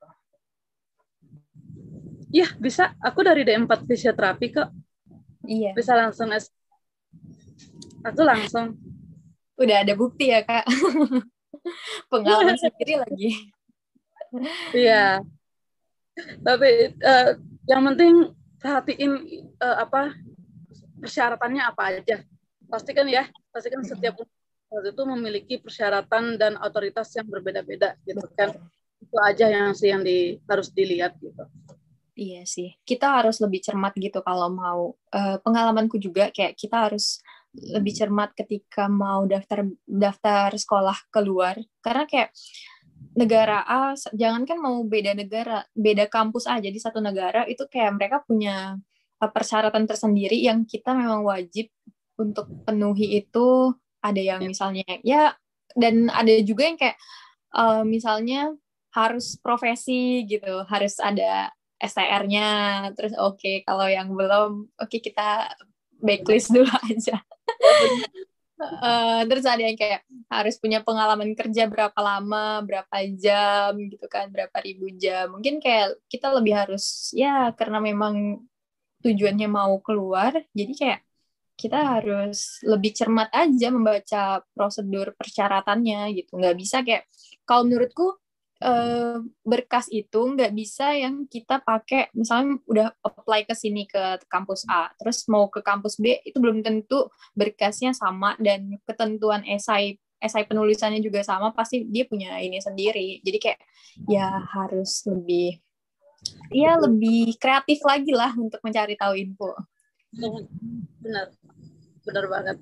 Iya bisa, aku dari D4 fisioterapi kok. Iya. Bisa langsung aku langsung. Udah ada bukti ya Kak? Pengalaman sendiri lagi. Iya. Tapi yang penting perhatiin persyaratannya apa aja. Pastikan setiap universitas itu memiliki persyaratan dan otoritas yang berbeda-beda gitu kan. Itu aja yang harus dilihat gitu. Iya sih. Kita harus lebih cermat gitu kalau mau. Pengalamanku juga kayak kita harus lebih cermat ketika mau daftar sekolah keluar, karena kayak negara A, jangankan mau beda negara, beda kampus aja di satu negara itu kayak mereka punya persyaratan tersendiri yang kita memang wajib untuk penuhi itu. Ada yang misalnya ya, dan ada juga yang kayak misalnya harus profesi gitu, harus ada STR-nya, terus oke, kalau yang belum, oke kita backlist dulu aja. Terus ada yang kayak harus punya pengalaman kerja berapa lama, berapa jam gitu kan, berapa ribu jam. Mungkin kayak kita lebih harus ya karena memang tujuannya mau keluar, jadi kayak kita harus lebih cermat aja membaca prosedur persyaratannya gitu. Nggak bisa kayak kalau menurutku berkas itu nggak bisa yang kita pakai misalnya udah apply ke sini ke kampus A terus mau ke kampus B itu belum tentu berkasnya sama dan ketentuan esai penulisannya juga sama pasti dia punya ini sendiri jadi kayak ya harus lebih kreatif lagi lah untuk mencari tahu info. Benar, benar banget.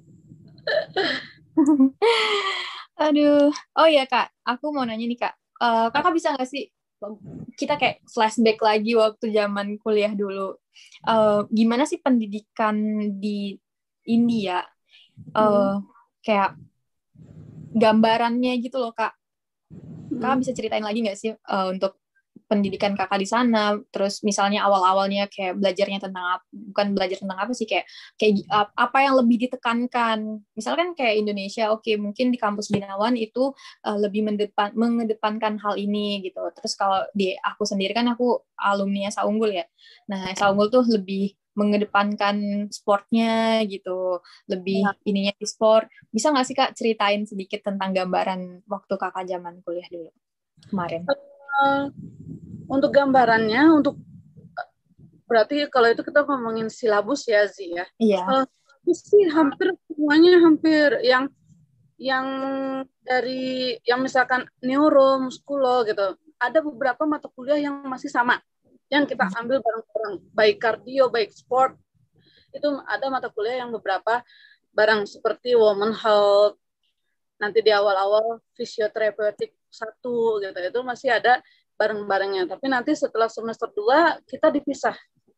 Aduh, oh ya Kak, aku mau nanya nih Kak, Kakak bisa nggak sih kita kayak flashback lagi waktu zaman kuliah dulu, gimana sih pendidikan di India, kayak gambarannya gitu loh Kak. Kakak bisa ceritain lagi nggak sih untuk pendidikan kakak di sana, terus misalnya awal-awalnya kayak belajarnya tentang apa, bukan belajar tentang apa sih, kayak apa yang lebih ditekankan. Misalkan kayak Indonesia, oke, mungkin di kampus Binawan itu lebih mengedepankan hal ini gitu. Terus kalau di aku sendiri kan aku alumni Esa Unggul ya. Nah, Esa Unggul tuh lebih mengedepankan sportnya gitu, lebih ininya di sport. Bisa nggak sih Kak ceritain sedikit tentang gambaran waktu kakak zaman kuliah dulu kemarin? Untuk gambarannya, berarti kalau itu kita ngomongin silabus ya, Zi ya. Iya. Sih hampir semuanya hampir yang dari yang misalkan neuro, muskulo gitu. Ada beberapa mata kuliah yang masih sama, yang kita ambil bareng-bareng, baik kardio, baik sport. Itu ada mata kuliah yang beberapa barang seperti women health, nanti di awal-awal fisioterapeutik 1 gitu, itu masih ada bareng-barengnya. Tapi nanti setelah semester 2 kita dipisah.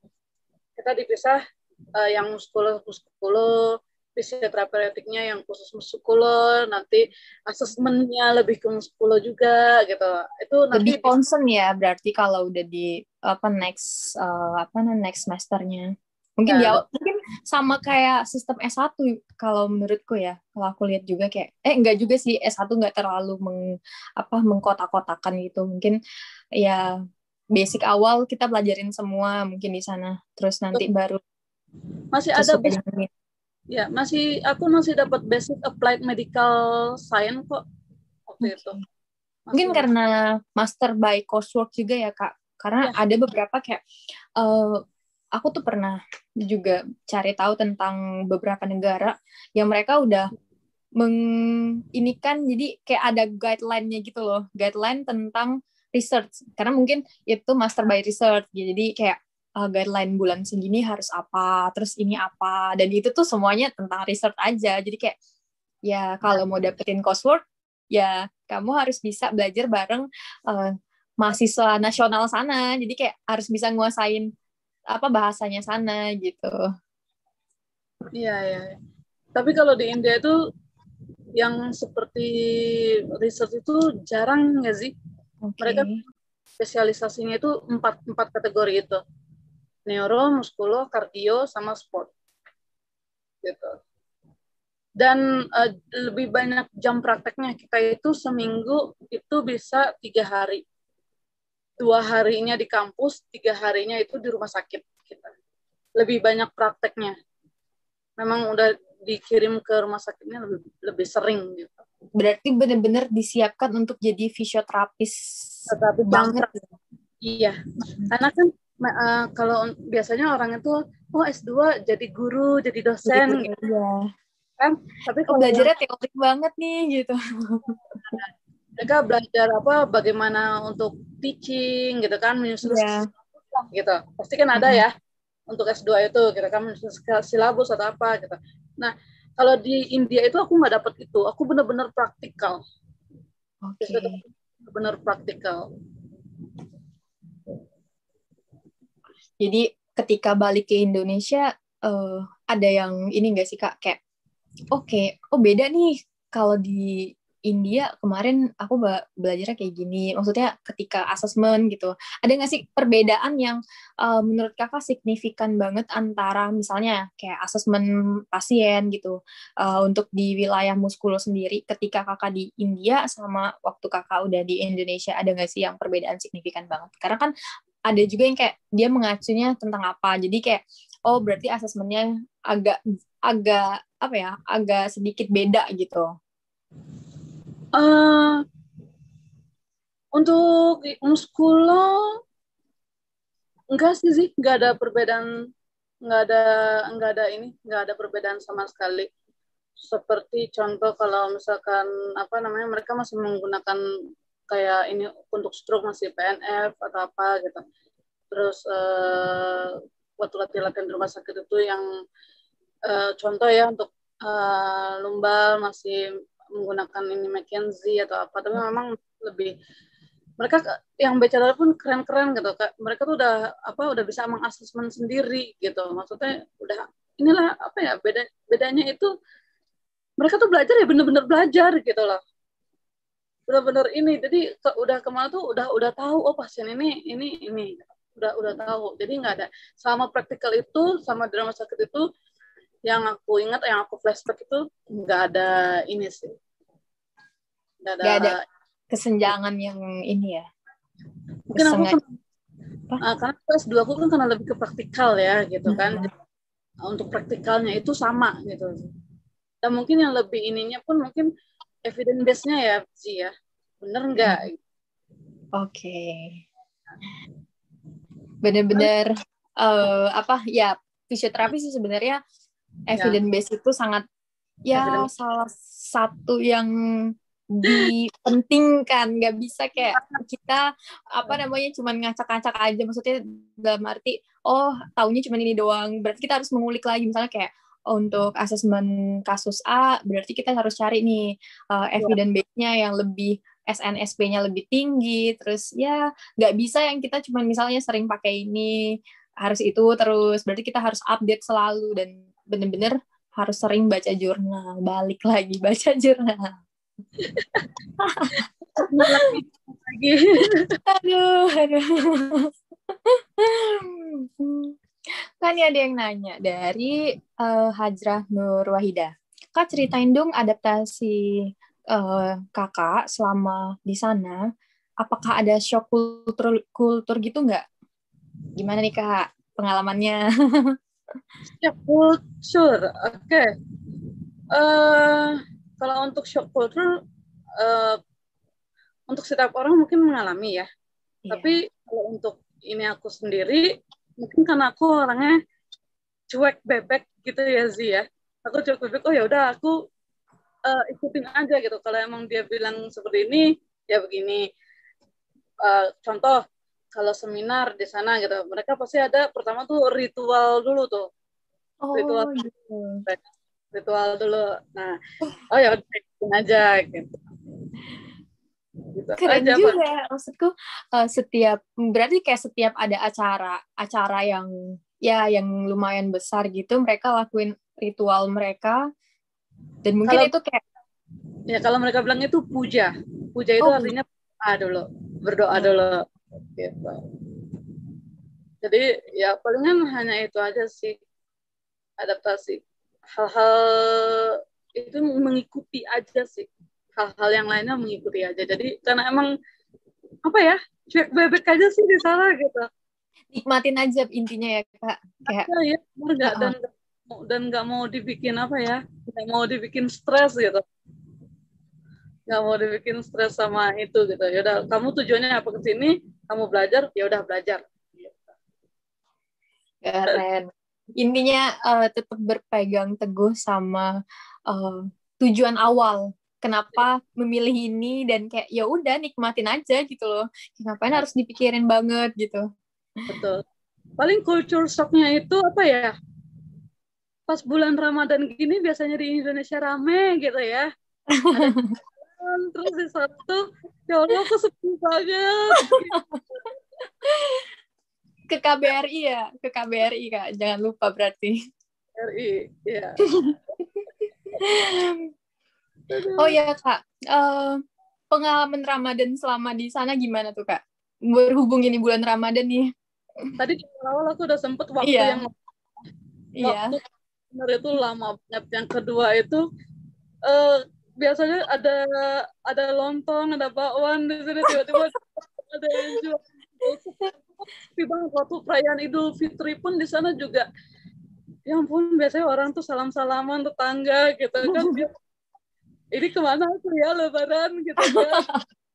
Yang muskulo, fisioterapeutiknya yang khusus muskulo, nanti asesmennya lebih ke muskulo juga gitu. Itu nanti Lebih concern ya berarti kalau udah di next semesternya. Mungkin ya, mungkin sama kayak sistem S1 kalau menurutku ya. Kalau aku lihat juga kayak enggak juga sih, S1 enggak terlalu mengkotak-kotakan gitu. Mungkin ya basic awal kita pelajarin semua mungkin di sana. Terus nanti baru masih ada basic, ya, aku masih dapat basic applied medical science kok waktu itu. Mungkin karena master by coursework juga ya Kak. Karena ada beberapa kayak aku tuh pernah juga cari tahu tentang beberapa negara yang mereka udah menginikan, jadi kayak ada guideline-nya gitu loh, guideline tentang research. Karena mungkin itu master by research, jadi kayak guideline bulan segini harus apa, terus ini apa, dan itu tuh semuanya tentang research aja. Jadi kayak ya kalau mau dapetin coursework, ya kamu harus bisa belajar bareng mahasiswa nasional sana. Jadi kayak harus bisa nguasain bahasanya sana gitu. Iya, ya. Tapi kalau di India itu yang seperti research itu jarang nggak sih? Mereka spesialisasinya itu empat kategori itu. Neuro, muskulo, kardio, sama sport. Gitu. Dan lebih banyak jam prakteknya. Kita itu seminggu itu bisa 3 hari. 2 harinya di kampus, 3 harinya itu di rumah sakit kita. Lebih banyak prakteknya. Memang udah dikirim ke rumah sakitnya lebih sering gitu. Berarti benar-benar disiapkan untuk jadi fisioterapis banget. Iya. Karena kan kalau biasanya orang itu S2 jadi guru, jadi dosen gitu. Iya. Kan? Tapi kalau belajarnya teorik banget nih gitu. Mereka belajar bagaimana untuk teaching gitu kan, menyusun gitu. Pasti kan ada ya untuk S2 itu kita kan menyusun silabus atau apa gitu. Nah, kalau di India itu aku nggak dapat itu. Aku benar-benar praktikal. Benar praktikal. Jadi ketika balik ke Indonesia ada yang ini nggak sih Kak, kayak beda nih kalau di India kemarin aku belajarnya kayak gini. Maksudnya ketika asesmen gitu. Ada nggak sih perbedaan yang menurut kakak signifikan banget antara misalnya kayak asesmen pasien gitu untuk di wilayah muskulo sendiri ketika kakak di India sama waktu kakak udah di Indonesia, ada nggak sih yang perbedaan signifikan banget? Karena kan ada juga yang kayak dia mengacunya tentang apa. Jadi kayak oh berarti asesmennya agak agak apa ya, agak sedikit beda gitu. Eh, untuk muskulo enggak sih, nggak ada perbedaan, nggak ada nggak ada perbedaan sama sekali. Seperti contoh kalau misalkan apa namanya mereka masih menggunakan kayak ini untuk stroke masih PNF atau apa gitu. Terus waktu latihan di rumah sakit itu yang contoh ya untuk lumbal masih menggunakan ini McKenzie atau apa, tapi memang lebih mereka yang BCL pun keren-keren gitu. Mereka tuh udah bisa mengasesmen sendiri gitu. Maksudnya udah inilah apa ya bedanya itu mereka tuh belajar ya bener-bener belajar gitu loh. Bener-bener ini. Jadi udah kemana tuh udah tahu oh pasien ini udah tahu. Jadi nggak ada selama praktikal itu sama di rumah sakit itu yang aku ingat yang aku flashback itu nggak ada ini sih. Nggak ada. Gak ada kesenjangan yang ini ya. Mungkin aku karena S2 aku kan karena lebih ke praktikal ya gitu kan. Untuk praktikalnya itu sama gitu. Dan mungkin yang lebih ininya pun mungkin evidence base-nya ya sih ya. Bener nggak? Oke. Bener-bener apa ya, fisioterapi sih sebenarnya evidence base itu sangat ya salah satu yang dipentingkan. Nggak bisa kayak kita apa namanya cuman ngacak-ngacak aja, maksudnya dalam arti oh taunya cuman ini doang, berarti kita harus mengulik lagi. Misalnya kayak untuk asesmen kasus A berarti kita harus cari nih evidence base-nya yang lebih SNSP-nya lebih tinggi. Terus ya nggak bisa yang kita cuman misalnya sering pakai ini harus itu terus, berarti kita harus update selalu dan bener-bener harus sering baca jurnal, balik lagi baca jurnal. lagi. Aduh. Kan ada yang nanya dari Hajrah Nur Wahida. Kak, ceritain dong adaptasi kakak selama di sana. Apakah ada shock kultur gitu nggak? Gimana nih Kak pengalamannya? Shock culture, oke. Kalau untuk shock culture, untuk setiap orang mungkin mengalami ya. Yeah. Tapi kalau untuk ini aku sendiri, mungkin karena aku orangnya cuek bebek gitu ya Zi ya. Aku cuek bebek, oh ya udah aku ikutin aja gitu. Kalau emang dia bilang seperti ini, ya begini. Contoh, kalau seminar di sana gitu, mereka pasti ada pertama tuh ritual dulu tuh. Ritual gitu. Ritual dulu. Nah, oh ya udah ikutin aja gitu. Keren aja, juga Pak. Maksudku berarti kayak setiap ada acara yang ya yang lumayan besar gitu mereka lakuin ritual mereka, dan mungkin kalau, itu kayak ya kalau mereka bilang itu puja itu artinya berdoa dulu gitu. Jadi ya palingan hanya itu aja sih adaptasi, hal-hal itu mengikuti aja sih, hal-hal yang lainnya mengikuti aja. Jadi karena emang apa ya cuek bebek aja sih di sana gitu, nikmatin aja intinya ya Kak, kayak ya nggak dan nggak mau dibikin apa ya, nggak mau dibikin stres gitu, nggak mau dibikin stres sama itu gitu. Ya udah kamu tujuannya apa ke sini, kamu belajar ya udah belajar. Keren. Intinya tetap berpegang teguh sama tujuan awal. Kenapa memilih ini dan kayak ya udah nikmatin aja gitu loh. Ngapain harus dipikirin banget gitu. Betul. Paling culture shock-nya itu apa ya? Pas bulan Ramadan gini biasanya di Indonesia rame gitu ya. Ada terus di satu, ya Allah aku sepi banget. Ke KBRI ya, ke KBRI Kak, jangan lupa berarti. KBRI, ya. Oh ya Kak, pengalaman Ramadan selama di sana gimana tuh Kak? Berhubung ini bulan Ramadan nih. Tadi di awal aku udah sempet Iya, iya. waktu benar itu lama banget. Yang kedua itu eh, biasanya ada lontong, ada bakwan di sini, tiba-tiba ada yang jual. Sepi banget waktu perayaan Idul Fitri pun di sana juga. Ya ampun, biasanya orang tuh salam-salaman tetangga gitu kan. Ini kemana aku ya Lebaran gitu kan.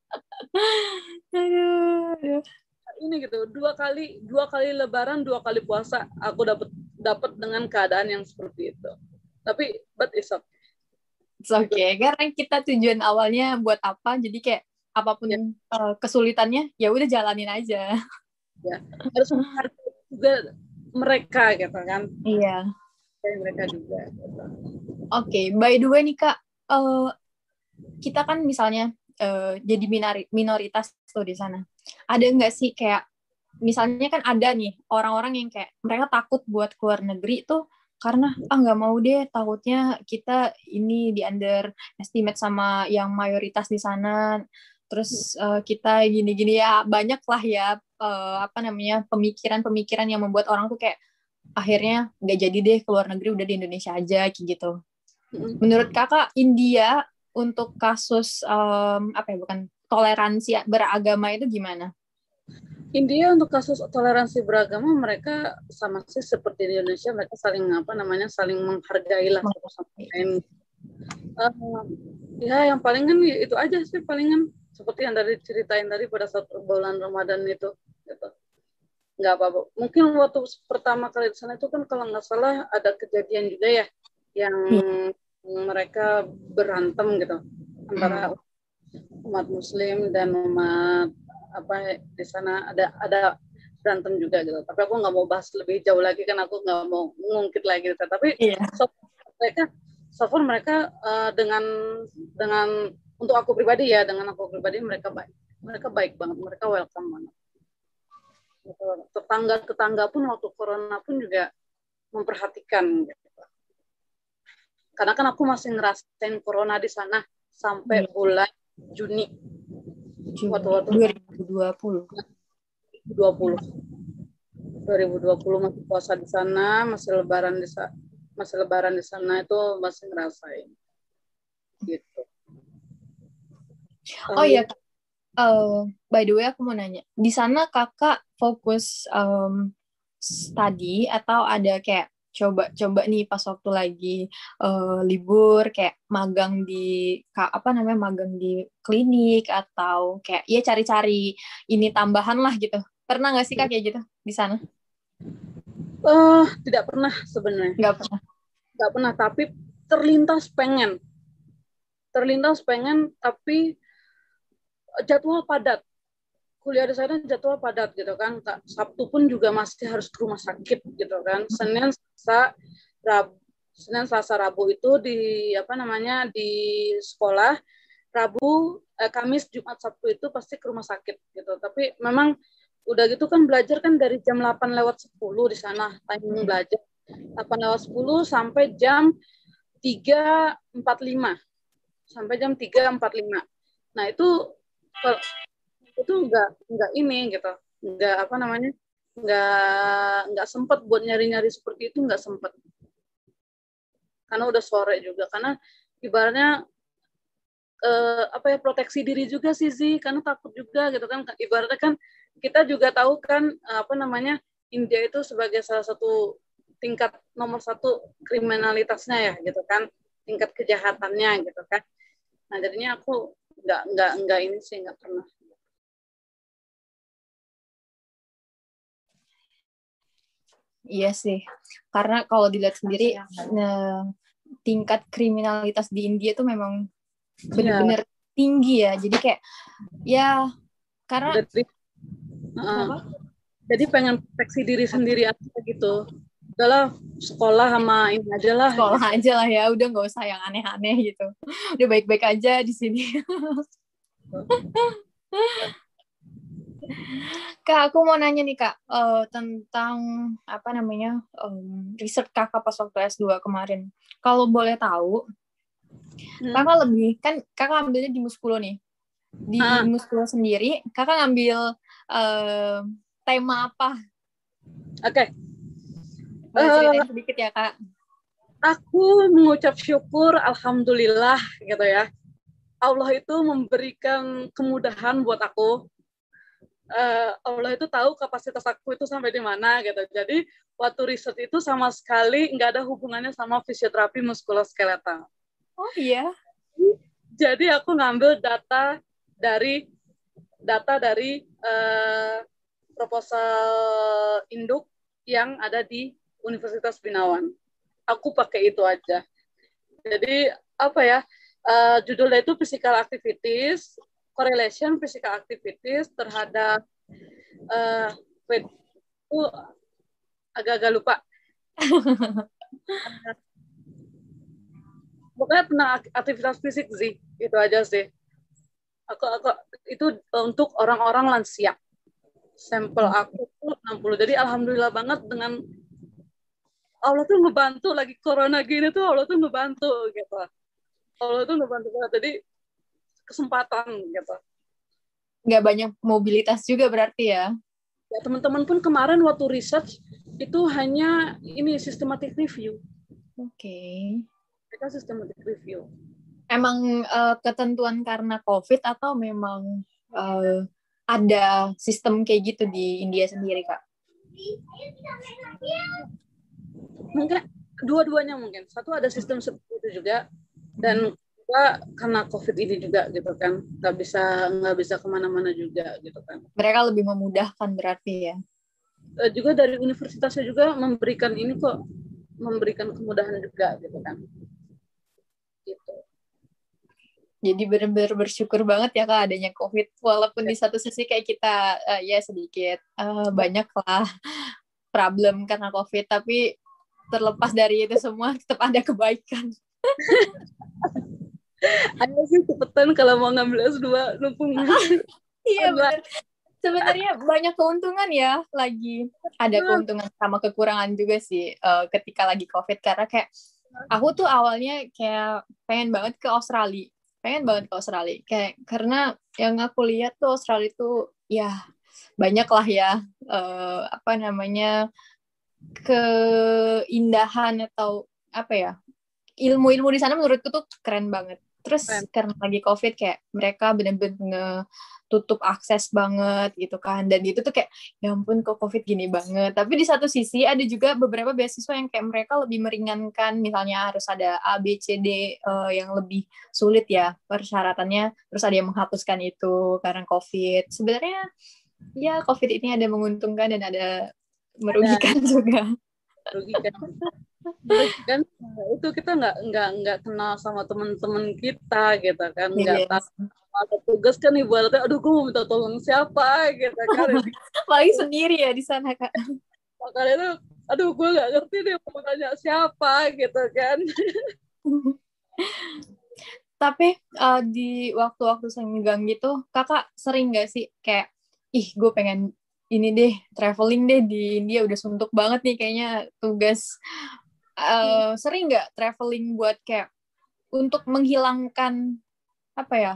Aduh, aduh. Ini gitu, dua kali Lebaran, 2 kali puasa aku dapat dengan keadaan yang seperti itu. Tapi but it's okay. It's okay. Karena kita tujuan awalnya buat apa, jadi kayak apapun Ya, kesulitannya, ya udah jalanin aja. ya. Harus menghargai juga mereka gitu kan. Iya. Mereka juga. Gitu. Oke, by the way nih Kak, kita kan misalnya jadi minoritas tuh di sana. Ada nggak sih kayak, misalnya kan ada nih orang-orang yang kayak mereka takut buat keluar negeri tuh karena nggak mau deh, takutnya kita ini di underestimate sama yang mayoritas di sana. Terus kita gini-gini ya, banyak lah ya apa namanya pemikiran-pemikiran yang membuat orang tuh kayak akhirnya nggak jadi deh keluar negeri, udah di Indonesia aja kayak gitu. Menurut kakak, India untuk kasus apa ya, bukan toleransi beragama itu gimana? India untuk kasus toleransi beragama mereka sama sih seperti di Indonesia, mereka saling saling menghargai lah satu sama lain. Ya yang palingan itu aja sih, palingan seperti yang dari ceritain tadi pada saat bulan Ramadan itu gitu. Nggak apa-apa. Mungkin waktu pertama kali di sana itu kan kalau nggak salah ada kejadian juga ya yang mereka berantem gitu antara umat Muslim dan umat apa di sana ada berantem juga gitu. Tapi aku nggak mau bahas lebih jauh lagi kan, aku nggak mau ngungkit lagi gitu. Tapi so far mereka dengan untuk aku pribadi ya, dengan aku pribadi mereka baik banget, mereka welcome banget. Tetangga pun waktu corona pun juga memperhatikan gitu. Karena kan aku masih ngerasain corona di sana sampai bulan Juni. Waktu 2020. 2020 masih puasa di sana, masih lebaran di sana itu masih ngerasain. Gitu. Oh iya, by the way aku mau nanya, di sana kakak fokus study atau ada kayak coba nih pas waktu lagi libur kayak magang di magang di klinik atau kayak ya cari-cari ini tambahan lah gitu. Pernah nggak sih kak kayak gitu di sana? Tidak pernah sebenarnya. Nggak pernah. Nggak pernah, tapi terlintas pengen tapi jadwal padat. Kuliah di sana jadwal padat gitu kan. Sabtu pun juga masih harus ke rumah sakit gitu kan. Senin, Selasa, Rabu itu di sekolah. Kamis, Jumat, Sabtu itu pasti ke rumah sakit gitu. Tapi memang udah gitu kan belajar kan dari jam 8:10 di sana timing belajar. 8:10 sampai jam 3:45. Nah, itu nggak ini gitu, nggak sempet buat nyari-nyari seperti itu, nggak sempet karena udah sore juga, karena ibaratnya proteksi diri juga sih karena takut juga gitu kan, ibaratnya kan kita juga tahu kan India itu sebagai salah satu tingkat nomor 1 kriminalitasnya ya gitu kan, tingkat kejahatannya gitu kan. Nah jadinya aku nggak ini sih, nggak pernah. Iya sih, karena kalau dilihat sendiri tingkat kriminalitas di India tuh memang benar-benar tinggi ya. Jadi kayak ya karena jadi pengen proteksi diri sendiri aja gitu. Udahlah sekolah sama ini aja lah. Sekolah gitu aja lah ya, udah nggak usah yang aneh-aneh gitu. Udah baik-baik aja di sini. Kak, aku mau nanya nih Kak, tentang riset kakak pas waktu S2 kemarin. Kalau boleh tahu, Kakak lebih, kan kakak ambilnya di Muskulo nih. Di Muskulo sendiri, kakak ngambil tema apa? Oke. Boleh ceritain sedikit ya, Kak? Aku mengucap syukur, alhamdulillah gitu ya. Allah itu memberikan kemudahan buat aku. Allah itu tahu kapasitas aku itu sampai di mana gitu. Jadi waktu riset itu sama sekali nggak ada hubungannya sama fisioterapi muskuloskeletal. Oh iya. Jadi aku ngambil data dari proposal induk yang ada di Universitas Binawan. Aku pakai itu aja. Jadi apa ya? Judulnya itu physical activities, correlation physical activities terhadap itu agak-agak lupa. Pokoknya tentang aktivitas fisik sih, itu aja sih. Aku itu untuk orang-orang lansia. Sampel aku tuh 60. Jadi alhamdulillah banget dengan Allah tuh ngebantu lagi corona gini tuh, Allah tuh ngebantu gitu. Allah tuh ngebantu banget. Jadi kesempatan gitu. Nggak banyak mobilitas juga berarti ya? Ya teman-teman pun kemarin waktu research itu hanya ini systematic review. Oke. Mereka systematic review. Emang ketentuan karena COVID atau memang ada sistem kayak gitu di India sendiri, Kak? Mungkin dua-duanya mungkin. Satu ada sistem seperti itu juga, dan juga karena COVID ini juga gitu kan, nggak bisa kemana-mana juga gitu kan. Mereka lebih memudahkan berarti ya? Juga dari universitasnya juga memberikan ini kok, memberikan kemudahan juga gitu kan. Gitu. Jadi benar-benar bersyukur banget ya Kak adanya COVID. Walaupun di satu sisi kayak kita ya sedikit banyak lah problem karena COVID, tapi terlepas dari itu semua tetap ada kebaikan. Ayo sih cepetan kalau mau ngambil S2 numpung. Iya benar. Sebenarnya banyak keuntungan ya, lagi ada keuntungan sama kekurangan juga sih ketika lagi COVID, karena kayak aku tuh awalnya kayak pengen banget ke Australia kayak karena yang aku lihat tuh Australia tuh ya banyak lah ya apa namanya keindahan atau apa ya, ilmu-ilmu di sana menurutku tuh keren banget. Terus karena lagi COVID kayak mereka bener-bener tutup akses banget gitu kan. Dan itu tuh kayak, ya ampun kok COVID gini banget. Tapi di satu sisi ada juga beberapa beasiswa yang kayak mereka lebih meringankan. Misalnya harus ada A, B, C, D yang lebih sulit ya persyaratannya. Terus ada yang menghapuskan itu karena COVID. Sebenarnya ya COVID ini ada menguntungkan dan ada merugikan juga. Merugikan. Kan itu kita nggak kenal sama teman-teman kita gitu kan, nggak tahu ada tugas kan, ibaratnya aduh gue mau minta tolong siapa gitu kan. Paling sendiri ya di sana Kak. Makanya itu aduh gue nggak ngerti deh mau tanya siapa gitu kan. Tapi di waktu-waktu senggang gitu Kakak sering nggak sih kayak gue pengen ini deh traveling deh di India, udah suntuk banget nih kayaknya tugas. Sering nggak traveling buat kayak untuk menghilangkan apa ya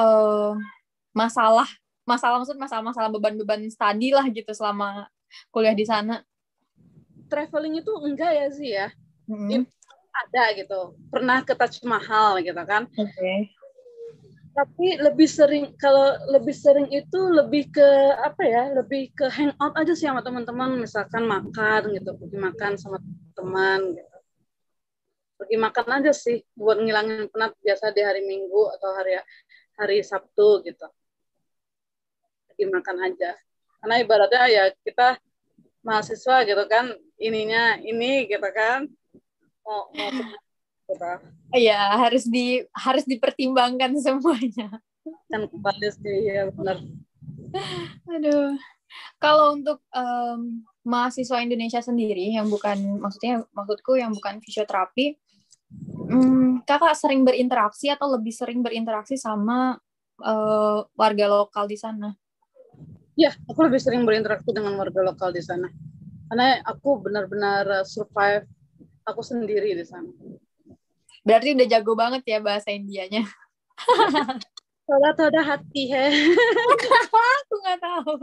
masalah beban-beban studi lah gitu selama kuliah di sana? Traveling itu enggak ya sih ya. Ada gitu, pernah ke Taj Mahal gitu kan. Okay. Tapi lebih sering itu lebih ke apa ya, lebih ke hangout aja sih sama teman-teman, misalkan makan gitu, pergi makan sama teman gitu. Pergi makan aja sih buat ngilangin penat, biasa di hari Minggu atau hari Sabtu gitu. Pergi makan aja. Karena ibaratnya ya kita mahasiswa gitu kan, ininya ini gitu kan. Mau gitu. Iya, harus dipertimbangkan semuanya. Kan kembali sih ya benar. Aduh. Kalau untuk mahasiswa Indonesia sendiri yang maksudku yang bukan fisioterapi, kakak sering berinteraksi atau lebih sering berinteraksi sama warga lokal di sana? Ya, aku lebih sering berinteraksi dengan warga lokal di sana. Karena aku benar-benar survive aku sendiri di sana. Berarti udah jago banget ya bahasa Indianya. Thoda hati hai. Aku nggak tahu.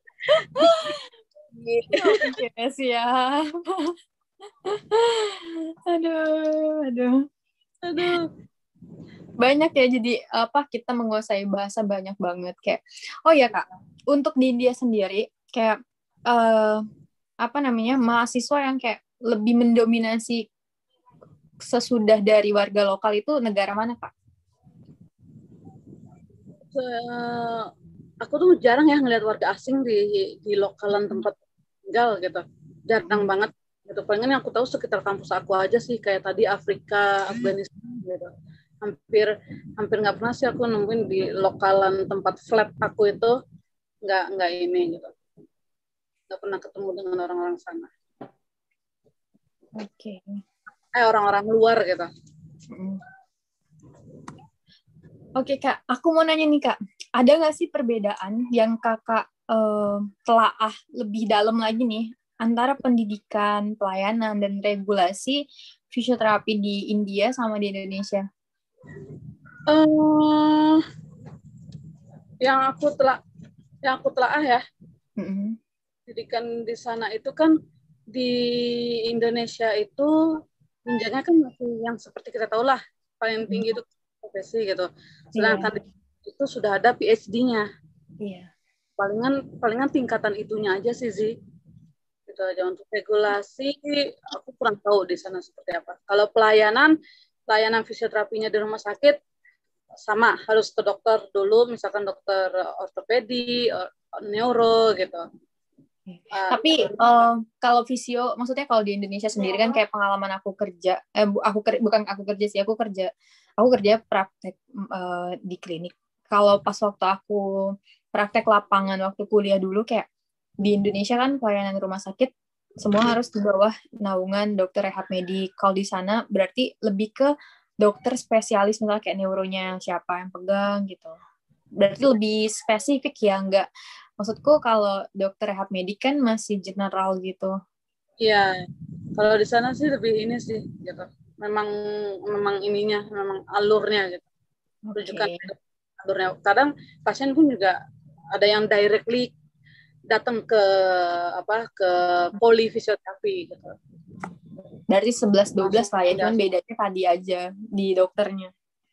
Oke, siap. Aduh. Banyak ya, jadi kita menguasai bahasa banyak banget kayak. Oh ya Kak, untuk di India sendiri kayak mahasiswa yang kayak lebih mendominasi sesudah dari warga lokal itu negara mana Kak? Aku tuh jarang ya ngelihat warga asing di lokalan tempat tinggal gitu, jarang banget gitu. Palingan yang aku tahu sekitar kampus aku aja sih, kayak tadi Afrika, Afghanistan gitu. Hampir nggak pernah sih aku nemuin di lokalan tempat flat aku itu nggak ini gitu, nggak pernah ketemu dengan orang-orang sana. Oke. Orang-orang luar gitu. Oke Kak, aku mau nanya nih Kak, ada nggak sih perbedaan yang Kakak telaah lebih dalam lagi nih antara pendidikan, pelayanan, dan regulasi fisioterapi di India sama di Indonesia? Yang aku telaah ya, pendidikan di sana itu kan di Indonesia itu jenjangnya kan masih yang seperti kita tahu lah, paling tinggi itu profesi gitu. Sedangkan itu sudah ada PhD-nya. Iya. Palingan tingkatan itunya aja sih, Zi. Gitu aja. Untuk regulasi aku kurang tahu di sana seperti apa. Kalau pelayanan fisioterapinya di rumah sakit sama, harus ke dokter dulu, misalkan dokter ortopedi, neuro gitu. Tapi kalau fisio, maksudnya kalau di Indonesia sendiri kan kayak pengalaman aku kerja, aku kerja praktek di klinik. Kalau pas waktu aku praktek lapangan waktu kuliah dulu, kayak di Indonesia kan pelayanan rumah sakit semua harus di bawah naungan dokter rehab medik. Kalau di sana berarti lebih ke dokter spesialis, misalnya kayak neuronya siapa yang pegang gitu. Berarti lebih spesifik ya, nggak, maksudku kalau dokter rehab medik kan masih general gitu. Iya, kalau di sana sih lebih ini sih gitu. Memang memang alurnya gitu. Rujukan alurnya. Kadang pasien pun juga ada yang directly datang ke poli fisioterapi gitu. Berarti 11-12 lah ya, cuman bedanya tadi aja di dokternya.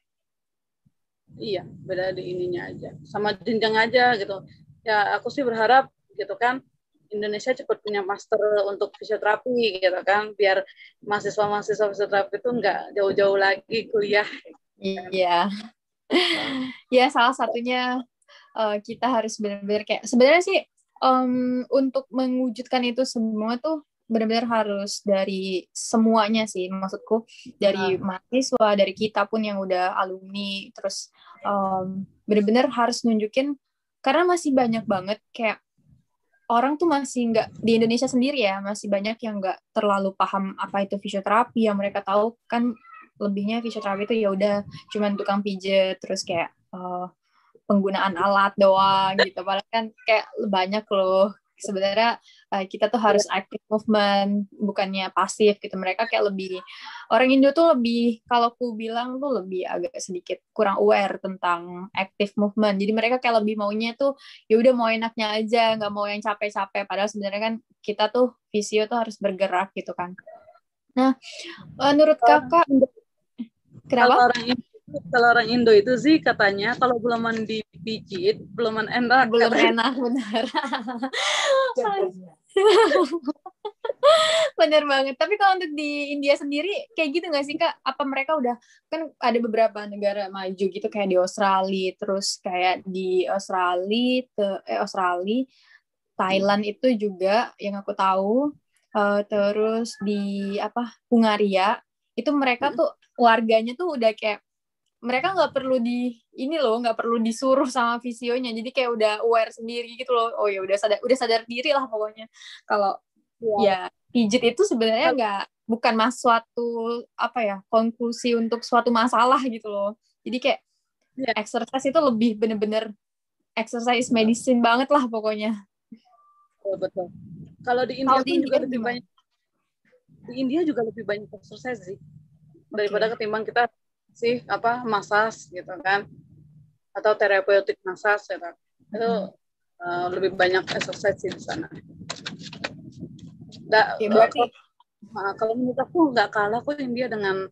Iya, beda di ininya aja. Sama jenjang aja gitu. Ya, aku sih berharap gitu kan, Indonesia cepat punya master untuk fisioterapi gitu kan, biar mahasiswa fisioterapi itu nggak jauh-jauh lagi kuliah. Iya. Ya, salah satunya kita harus benar-benar kayak, sebenarnya sih untuk mewujudkan itu semua tuh benar-benar harus dari semuanya sih, maksudku dari mahasiswa, dari kita pun yang udah alumni, terus benar-benar harus nunjukin, karena masih banyak banget kayak orang tuh masih nggak, di Indonesia sendiri ya, masih banyak yang nggak terlalu paham apa itu fisioterapi. Yang mereka tahu kan lebihnya fisioterapi itu ya udah cuman tukang pijet, terus kayak penggunaan alat doang gitu. Padahal kan kayak banyak loh. Sebenarnya kita tuh harus active movement, bukannya pasif gitu. Mereka kayak lebih, orang Indo tuh lebih, kalau aku bilang tuh lebih agak sedikit kurang aware tentang active movement. Jadi mereka kayak lebih maunya tuh ya udah mau enaknya aja, nggak mau yang capek-capek. Padahal sebenarnya kan kita tuh fisio tuh harus bergerak gitu kan. Nah, menurut kakak, kenapa? Kalau orang Indo itu sih katanya kalau belum dipijit, belum enak. Belum enak, benar. Bener banget. Tapi kalau untuk di India sendiri kayak gitu nggak sih Kak? Apa mereka udah, kan ada beberapa negara maju gitu kayak di Australia, terus kayak di Australia, Thailand itu juga yang aku tahu, terus di Hungaria itu mereka tuh warganya tuh udah kayak, mereka nggak perlu nggak perlu disuruh sama visionya, jadi kayak udah aware sendiri gitu loh. Oh ya udah sadar diri lah pokoknya. Kalau ya pijit itu sebenarnya bukan suatu konklusi untuk suatu masalah gitu loh. Jadi kayak exercise itu lebih bener-bener exercise medicine banget lah pokoknya. Betul. Kalau di India pun juga lebih banyak. Di India juga lebih banyak exercise sih. daripada ketimbang kita sih massage gitu kan, atau terapeutik massage gitu. Itu lebih banyak exercise di sana. Berarti Kalau menurut aku nggak kalah kok India dengan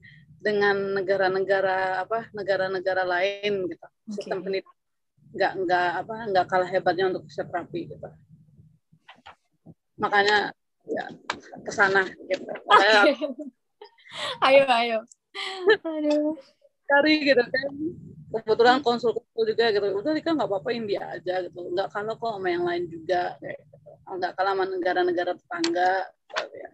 negara-negara lain gitu. Sistem pendidikan nggak kalah hebatnya untuk fisioterapi gitu. Makanya ya ke sana gitu. Ayo. Aduh. Cari gitu kan. Kebetulan konsul juga gitu. Udah kan nggak apa-apa India aja gitu. Nggak kalah kok sama yang lain juga kayak gitu. Nggak kalah sama negara-negara tetangga gitu, ya.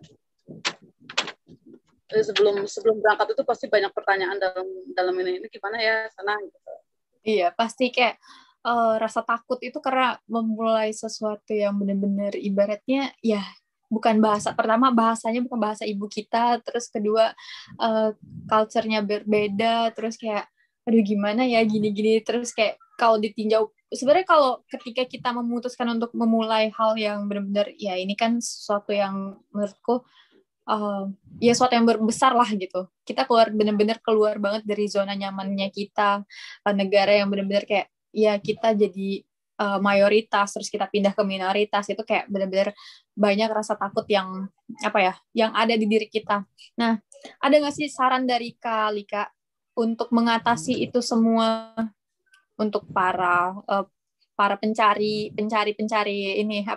Jadi sebelum berangkat itu pasti banyak pertanyaan dalam ini gimana ya sana gitu. Iya, pasti kayak rasa takut itu karena memulai sesuatu yang benar-benar ibaratnya ya bukan bahasanya bukan bahasa ibu kita, terus kedua culture-nya berbeda, terus kayak aduh gimana ya gini-gini, terus kayak kalau ditinjau sebenarnya kalau ketika kita memutuskan untuk memulai hal yang benar-benar ya ini kan sesuatu yang menurutku ya sesuatu yang besar lah gitu. Kita benar-benar keluar banget dari zona nyamannya kita, negara yang benar-benar kayak ya kita jadi mayoritas terus kita pindah ke minoritas, itu kayak benar-benar banyak rasa takut yang yang ada di diri kita. Nah, ada nggak sih saran dari Kak Lika untuk mengatasi itu semua untuk para pencari ini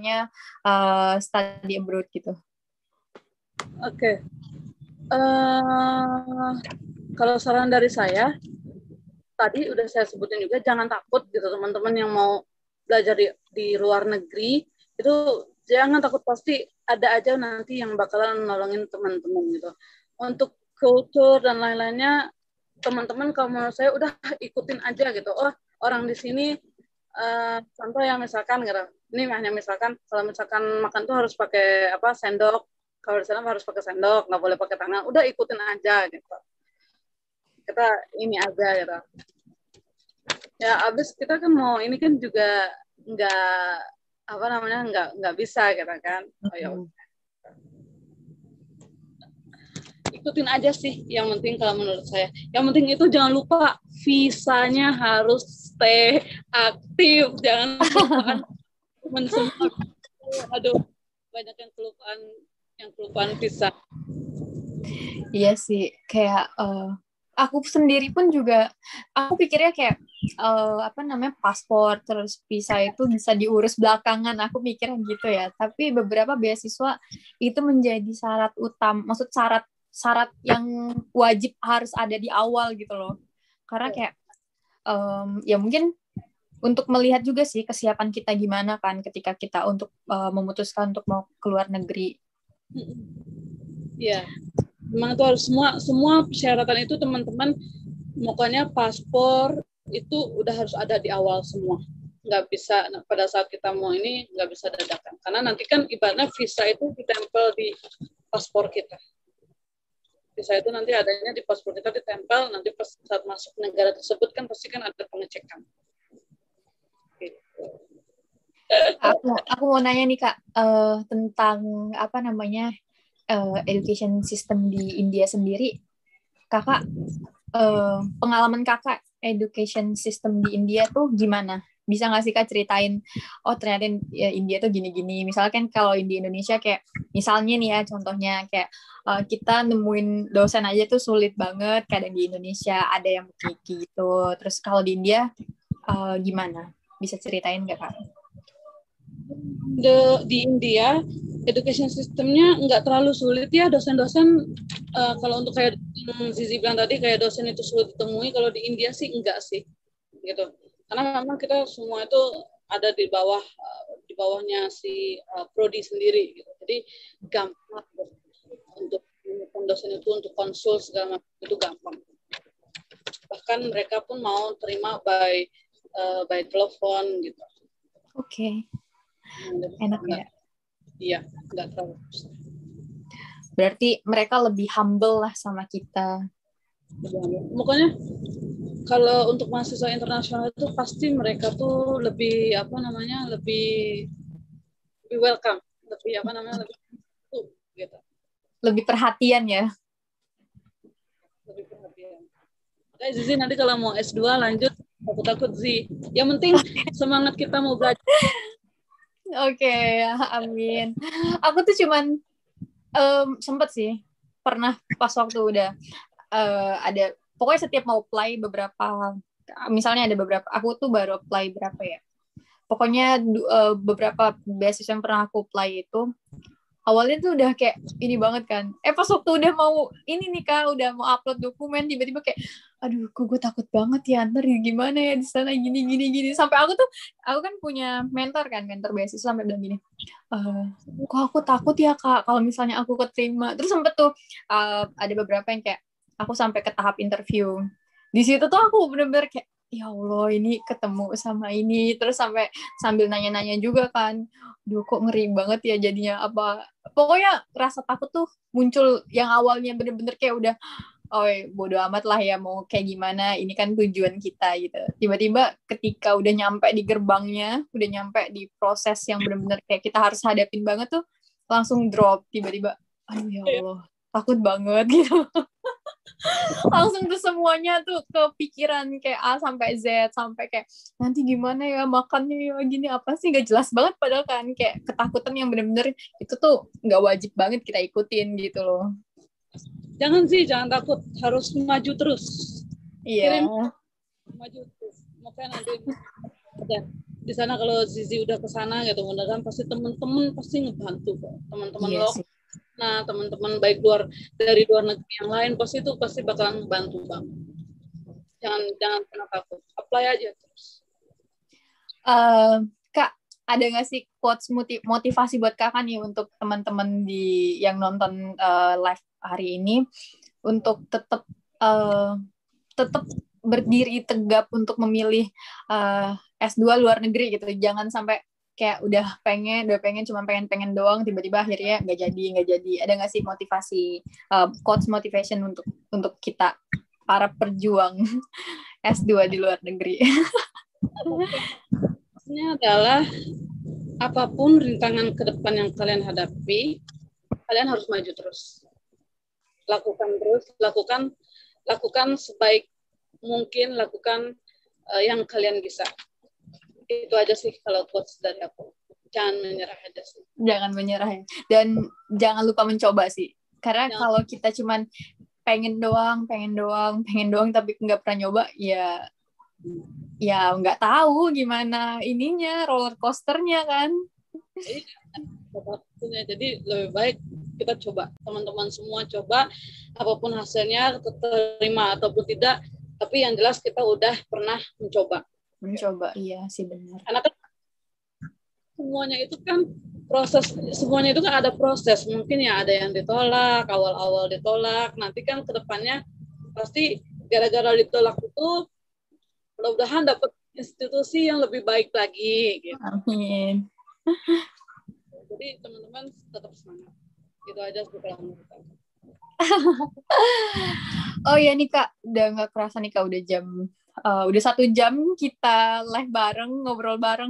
study abroad gitu? Oke. Kalau saran dari saya, tadi udah saya sebutin juga, jangan takut gitu teman-teman yang mau belajar di luar negeri, itu jangan takut, pasti ada aja nanti yang bakalan nolongin teman-teman gitu. Untuk kultur dan lain-lainnya, teman-teman kalau menurut saya udah ikutin aja gitu. Oh, orang di sini, contoh ya misalkan gitu, ini hanya misalkan, kalau misalkan makan tuh harus pakai sendok, kalau di sana harus pakai sendok, nggak boleh pakai tangan, udah ikutin aja gitu. Kita ini aja gitu. Ya abis kita kan mau ini kan juga nggak bisa gitu kan. Ikutin aja sih, yang penting kalau menurut saya. Yang penting itu jangan lupa visanya harus stay aktif, jangan kelupaan teman semua. Aduh, banyak yang kelupaan visa. Iya sih, kayak aku sendiri pun juga, aku pikirnya kayak paspor terus visa itu bisa diurus belakangan, aku mikirnya gitu ya. Tapi beberapa beasiswa itu menjadi syarat utama, maksud syarat yang wajib harus ada di awal gitu loh. Karena kayak ya mungkin untuk melihat juga sih kesiapan kita gimana kan ketika kita untuk memutuskan untuk mau keluar negeri. Iya. Memang itu harus semua persyaratan itu teman-teman, pokoknya paspor itu udah harus ada di awal semua. Nggak bisa pada saat kita mau ini nggak bisa dadakan, karena nanti kan ibaratnya visa itu ditempel di paspor kita. Visa itu nanti adanya di paspor kita, ditempel, nanti pas saat masuk negara tersebut kan pasti kan ada pengecekan. Gitu. Aku mau nanya nih Kak, tentang education system di India sendiri. Kakak, pengalaman kakak education system di India tuh gimana? Bisa nggak sih Kak ceritain, oh ternyata India tuh gini-gini. Misalkan kalau di Indonesia kayak, misalnya nih ya contohnya kayak kita nemuin dosen aja tuh sulit banget, kadang di Indonesia ada yang kayak gitu. Terus kalau di India gimana? Bisa ceritain nggak Kak? Di India education sistemnya nggak terlalu sulit ya, dosen-dosen kalau untuk kayak Zizi bilang tadi kayak dosen itu sulit ditemui, kalau di India sih enggak sih gitu, karena memang kita semua itu ada di bawahnya si prodi sendiri gitu. Jadi gampang untuk dosen itu untuk konsul segala macam itu gampang, bahkan mereka pun mau terima by telepon gitu. Oke. Enak ya? Iya, nggak terlalu susah. Berarti mereka lebih humble lah sama kita. Pokoknya kalau untuk mahasiswa internasional itu pasti mereka tuh lebih lebih welcome, lebih gitu. Lebih perhatian ya. Guys, Zizi nanti kalau mau S2 lanjut, takut-takut Zizi. Yang penting semangat kita mau belajar. Oke, amin. Aku tuh cuman sempet sih pernah pas waktu udah ada, pokoknya setiap mau apply beberapa, misalnya ada beberapa, aku tuh baru apply berapa ya, pokoknya beberapa beasiswa yang pernah aku apply itu awalnya tuh udah kayak ini banget kan. Pas waktu udah mau ini nih Kak, udah mau upload dokumen, tiba-tiba kayak, aduh, kok gue takut banget ya, ntar gimana ya di sana gini. Sampai aku kan punya mentor kan, mentor beasiswa, sampai bilang gini, kok aku takut ya Kak, kalau misalnya aku keterima. Terus sempet tuh ada beberapa yang kayak aku sampai ke tahap interview. Di situ tuh aku bener-bener kayak, ya Allah, ini ketemu sama ini, terus sambil nanya-nanya juga kan, duh kok ngeri banget ya jadinya, apa, pokoknya rasa takut tuh muncul yang awalnya bener-bener kayak udah, oh bodo amat lah ya mau kayak gimana, ini kan tujuan kita gitu. Tiba-tiba ketika udah nyampe di gerbangnya, udah nyampe di proses yang bener-bener kayak kita harus hadapin banget tuh, langsung drop tiba-tiba, aduh ya Allah, takut banget gitu. Langsung tuh semuanya tuh kepikiran kayak A sampai Z, sampai kayak nanti gimana ya makannya ya gini, apa sih, nggak jelas banget padahal kan, kayak ketakutan yang bener-bener itu tuh nggak wajib banget kita ikutin gitu loh. Jangan takut, harus maju terus. Iya. Maju terus. Makanya nanti di sana kalau Zizi udah ke sana gitu, mudah-mudahan pasti teman-teman pasti ngebantu kok. Teman-teman Iya lo, sih. nah teman-teman baik dari luar negeri yang lain pasti bakalan ngebantu banget. Jangan pernah takut, apply aja terus. Kak, ada nggak sih quotes motivasi buat kakak nih untuk teman-teman yang nonton live hari ini untuk tetap berdiri tegap untuk memilih S2 luar negeri gitu, jangan sampai kayak udah pengen cuma pengen doang, tiba-tiba akhirnya nggak jadi. Ada nggak sih motivasi, quotes motivation untuk kita para perjuang S2 di luar negeri? Maksudnya adalah apapun rintangan ke depan yang kalian hadapi, kalian harus maju terus. Lakukan sebaik mungkin, lakukan yang kalian bisa. Itu aja sih kalau quotes dari aku. Jangan menyerah aja sih. Jangan menyerah ya. Dan jangan lupa mencoba sih. Karena kalau kita cuman pengen doang, tapi nggak pernah nyoba, ya nggak tahu gimana ininya, roller coasternya kan. Jadi lebih baik kita coba, teman-teman semua coba, apapun hasilnya, terima ataupun tidak, tapi yang jelas kita udah pernah mencoba. Iya sih benar. Karena kan semuanya itu kan ada proses. Mungkin ya ada yang ditolak, awal-awal ditolak, nanti kan kedepannya pasti gara-gara ditolak itu mudah-mudahan dapat institusi yang lebih baik lagi. Gitu. Amin. Jadi teman-teman tetap semangat. Itu aja sih kalau menurut aku. Oh iya nih Kak, udah nggak kerasa nih Kak, udah 1 jam kita live bareng, ngobrol bareng.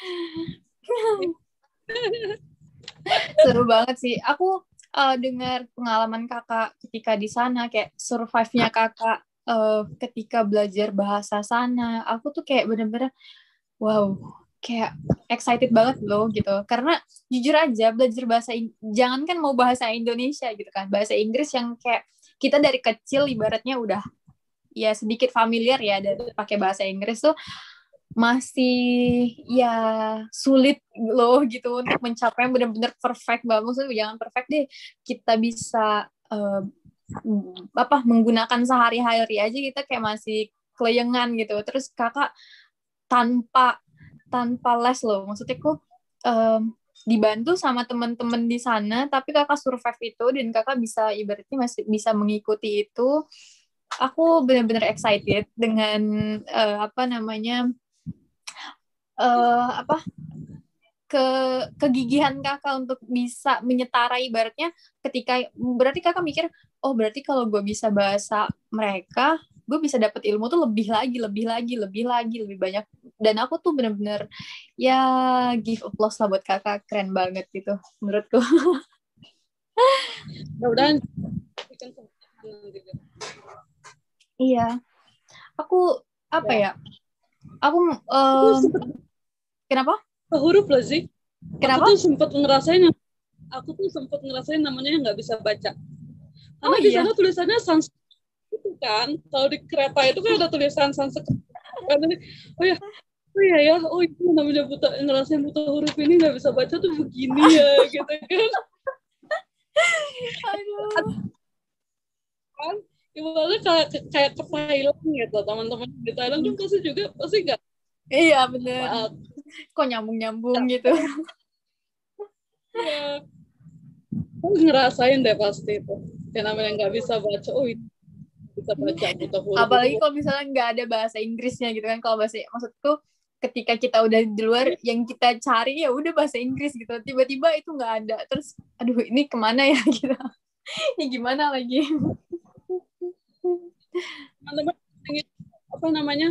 Seru banget sih. Aku dengar pengalaman Kakak ketika di sana, kayak survive-nya Kakak ketika belajar bahasa sana. Aku tuh kayak bener-bener wow, kayak excited banget loh gitu. Karena jujur aja belajar jangankan mau bahasa Indonesia gitu kan, bahasa Inggris yang kayak kita dari kecil ibaratnya udah ya sedikit familiar ya dari pakai bahasa Inggris tuh masih ya sulit loh gitu untuk mencapai yang benar-benar perfect banget. Maksudnya jangan perfect deh, kita bisa menggunakan sehari-hari aja kita kayak masih kelayangan gitu. Terus Kakak tanpa les loh, maksudnya kok dibantu sama teman-teman di sana, tapi Kakak survive itu dan Kakak bisa ibaratnya masih bisa mengikuti itu. Aku benar-benar excited dengan kegigihan Kakak untuk bisa menyetara, ibaratnya ketika berarti Kakak mikir, oh berarti kalau gue bisa bahasa mereka, gue bisa dapat ilmu tuh lebih banyak. Dan aku tuh bener-bener ya give applause lah buat Kakak, keren banget gitu menurutku. Mudah-mudahan Iya. Aku apa ya? Aku kenapa? Huruf loh sih. Kenapa? Aku tuh sempat ngerasain namanya nggak bisa baca. Oh Karena di iya. sana tulisannya Sanskrit itu kan. Kalau di kereta itu kan ada tulisan Sanskrit. Oh ya, oh itu namanya ngerasain buta huruf ini nggak bisa baca tuh begini ya, gitu kan. Aduh. Kan ibaratnya kayak ke Thailand gitu, teman-teman di Thailand tuh pasti nggak Iya bener. Kok nyambung gitu. ya, aku ngerasain deh pasti itu yang namanya nggak bisa baca. Oh itu bisa baca buta huruf Apalagi itu. kalau misalnya nggak ada bahasa Inggrisnya gitu kan. Kalau maksudku ketika kita udah di luar, yang kita cari ya udah bahasa Inggris gitu. Tiba-tiba itu nggak ada. Terus, aduh ini kemana ya gitu. Ini gimana lagi? Teman-teman apa namanya,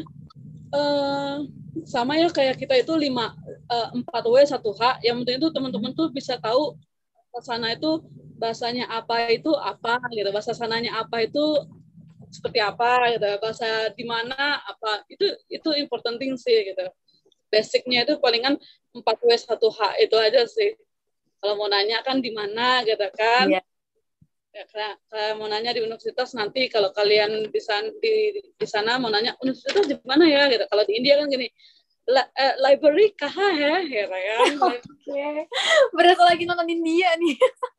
sama ya kayak kita itu 4W 1H. Yang penting itu teman-teman tuh bisa tahu sana itu bahasanya apa itu apa gitu, bahasa sananya apa itu seperti apa gitu, bahasa di mana apa itu important thing sih gitu. Basicnya itu palingan 4W 1H itu aja sih. Kalau mau nanya kan di mana gitu kan. Iya. Ya, mau nanya di universitas, nanti kalau kalian di sana mau nanya universitas di mana ya gitu. Kalau di India kan gini, library kaha ya kan. Oke. Berasa lagi nonton India nih.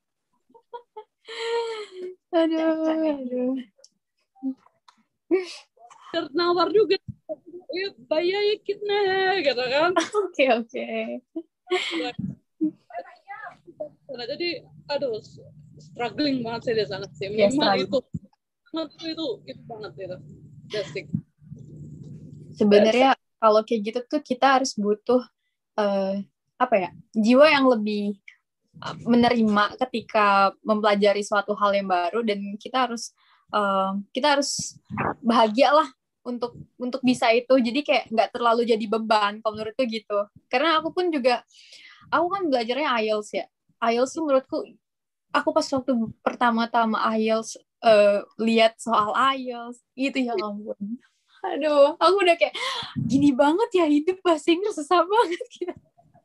Aduh. Nawar juga, bayar kitna gitu kan. Oke. Nah, jadi aduh struggling banget sih di sana sih. Yes, Memang itu banget itu basic. Sebenarnya kalau kayak gitu tuh kita harus butuh jiwa yang lebih menerima ketika mempelajari suatu hal yang baru, dan kita harus bahagia lah untuk bisa itu. Jadi kayak nggak terlalu jadi beban kalau menurutku gitu. Karena aku kan belajarnya IELTS ya. IELTS tuh menurutku, aku pas waktu pertama-tama IELTS lihat soal IELTS itu, ya ampun. Aduh, aku udah kayak gini banget ya hidup, bahasa Inggris susah banget gitu.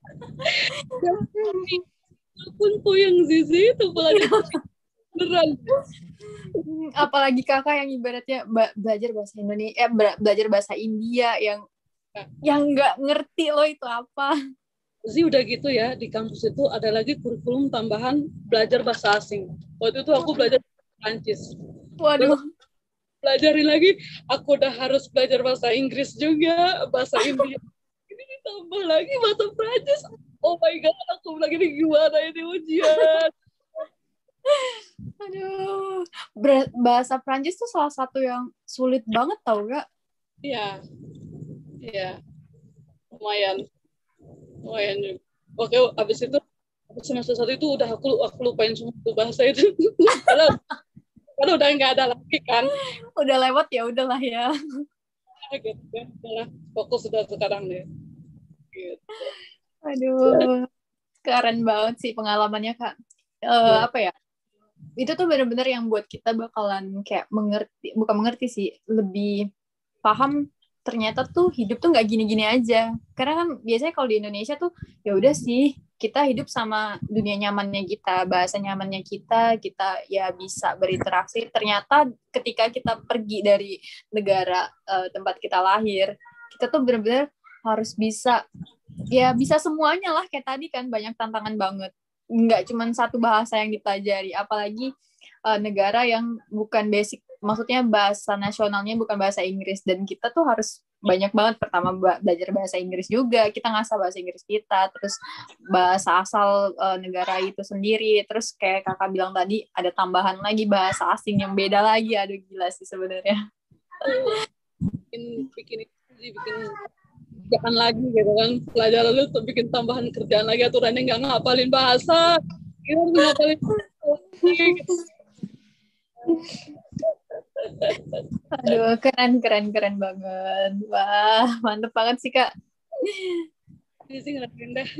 Pun puyeng Zizi itu belajar beneran. Apalagi kakak yang ibaratnya belajar bahasa Indonesia, belajar bahasa India yang nggak ngerti loh itu apa. Zi udah gitu ya, di kampus itu ada lagi kurikulum tambahan belajar bahasa asing. Waktu itu aku belajar Prancis. Waduh. Pelajarin lagi, aku udah harus belajar bahasa Inggris juga, bahasa India. Ini ditambah lagi bahasa Prancis. Oh my God, aku lagi nih gimana ini ujian. Aduh. Bahasa Prancis tuh salah satu yang sulit banget tau gak? Iya. Lumayan juga. Oke, abis itu semester 1 itu udah aku lupain semua tuh bahasa itu. Kalau udah nggak ada lagi kan. Udah lewat ya udahlah ya. Gitu ya. Udah fokus sudah sekarang deh. Gitu. Aduh. Keren banget sih pengalamannya Kak. Apa ya? Itu tuh benar-benar yang buat kita bakalan kayak bukan mengerti sih, lebih paham ternyata tuh hidup tuh nggak gini-gini aja. Karena kan biasanya kalau di Indonesia tuh ya udah sih, kita hidup sama dunia nyamannya kita, bahasa nyamannya kita ya bisa berinteraksi. Ternyata ketika kita pergi dari negara tempat kita lahir, kita tuh benar-benar harus bisa semuanya lah, kayak tadi kan banyak tantangan banget. Nggak cuma satu bahasa yang dipelajari, apalagi negara yang bukan basic, maksudnya bahasa nasionalnya bukan bahasa Inggris, dan kita tuh harus banyak banget pertama belajar bahasa Inggris juga, kita ngasah bahasa Inggris kita, terus bahasa asal negara itu sendiri, terus kayak kakak bilang tadi ada tambahan lagi bahasa asing yang beda lagi. Aduh gila sih sebenarnya. bikin kerjaan lagi gitu kan, pelajaran lu tuh bikin tambahan kerjaan lagi, aturannya nggak ngapalin bahasa, kita harus ngapalin gitu. Aduh, keren banget. Wah, mantep banget sih, Kak. Ini sih ngerasain dah.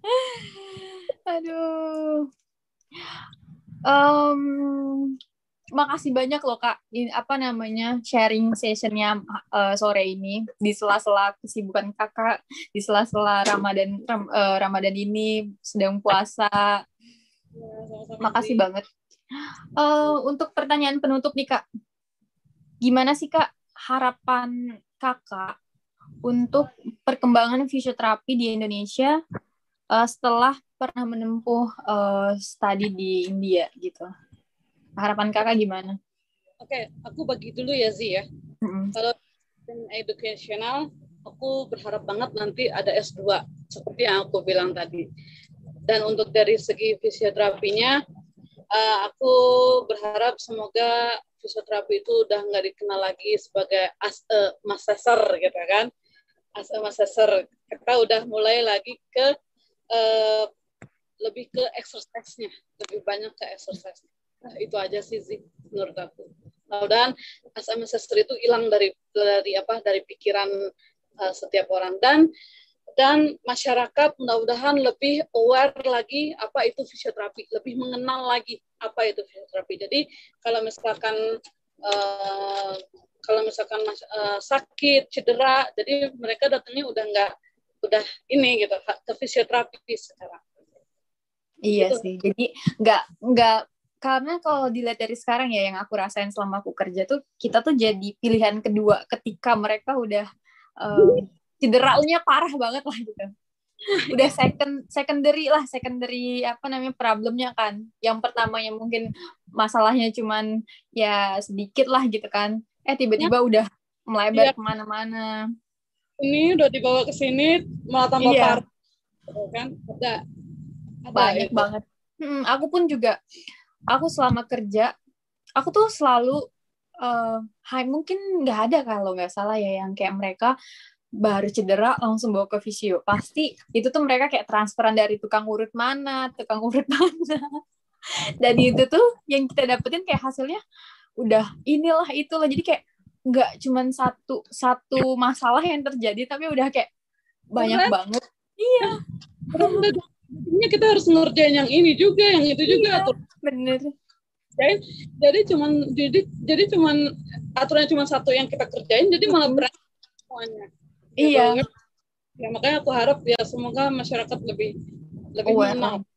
Aduh. makasih banyak loh Kak, apa namanya, sharing sessionnya sore ini di sela-sela kesibukan Kakak, di sela-sela Ramadan ini sedang puasa. Ya, sama-sama Makasih sih. banget. Untuk pertanyaan penutup nih Kak, gimana sih Kak harapan Kakak untuk perkembangan fisioterapi di Indonesia setelah pernah menempuh studi di India gitu? Harapan Kakak gimana? Oke, aku bagi dulu ya Zi ya. Mm-mm. Kalau educational, aku berharap banget nanti ada S2 seperti yang aku bilang tadi. Dan untuk dari segi fisioterapinya, aku berharap semoga fisioterapi itu udah nggak dikenal lagi sebagai as a master gitu kan. As a master, kita udah mulai lagi ke lebih ke exercise-nya, lebih banyak ke exercise. Nah, itu aja sih menurut aku. Dan asam ancestor itu hilang dari pikiran setiap orang dan masyarakat mudah-mudahan lebih aware lagi apa itu fisioterapi, lebih mengenal lagi apa itu fisioterapi. Jadi kalau misalkan uh, sakit, cedera, jadi mereka datangnya udah ini gitu ke fisioterapi sekarang. Iya Gitu. sih. Jadi nggak karena kalau dilihat dari sekarang ya yang aku rasain selama aku kerja tuh kita tuh jadi pilihan kedua ketika mereka udah cederanya parah banget lah gitu. Udah secondary apa namanya problemnya kan. Yang pertamanya mungkin masalahnya cuman ya sedikit lah gitu kan. Tiba-tiba udah melebar Ya, kemana-mana. ini udah dibawa ke sini malah tambah Iya, parah kan ada banyak itu. banget. Aku pun juga, aku selama kerja aku tuh selalu mungkin nggak ada kalau nggak salah ya yang kayak mereka baru cedera langsung bawa ke fisio. Pasti itu tuh mereka kayak transferan dari tukang urut mana, tukang urut mana. Dan itu tuh yang kita dapetin kayak hasilnya udah inilah itulah. Jadi kayak nggak cuman satu satu masalah yang terjadi, tapi udah kayak banyak Beneran, banget. Iya, jadinya kita harus ngerjain yang ini juga, yang itu juga iya, tuh. bener. Jadi cuman aturannya cuma satu yang kita kerjain, jadi malah berat semuanya. Gitu. Iya. Ya, makanya aku harap ya semoga masyarakat lebih Aware mengenal lagi.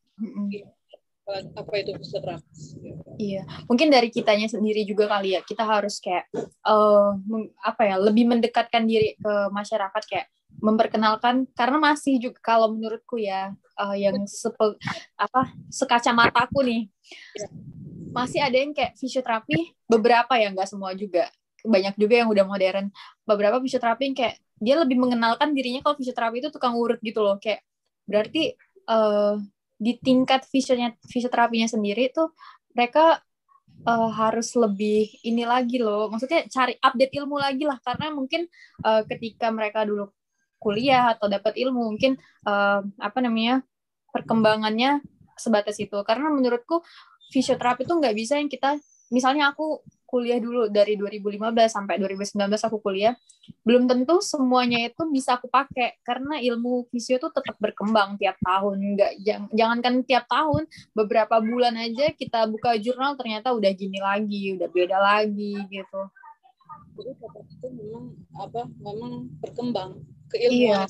apa itu fisioterapi. Iya, mungkin dari kitanya sendiri juga kali ya. Kita harus kayak apa ya, lebih mendekatkan diri ke masyarakat kayak memperkenalkan karena masih juga kalau menurutku ya yang sekacamataku nih masih ada yang kayak fisioterapi beberapa ya nggak semua juga banyak juga yang udah modern beberapa fisioterapi yang kayak dia lebih mengenalkan dirinya kalau fisioterapi itu tukang urut gitu loh kayak berarti di tingkat fisioterapinya sendiri tuh mereka harus lebih ini lagi loh maksudnya cari update ilmu lagi lah karena mungkin ketika mereka dulu kuliah atau dapat ilmu mungkin apa namanya perkembangannya sebatas itu karena menurutku fisioterapi itu nggak bisa yang kita misalnya aku kuliah dulu dari 2015 sampai 2019 aku kuliah belum tentu semuanya itu bisa aku pakai karena ilmu fisio itu tetap berkembang tiap tahun nggak jangankan tiap tahun beberapa bulan aja kita buka jurnal ternyata udah gini lagi udah beda lagi gitu. Jadi kata itu memang berkembang keilmuan. Iya.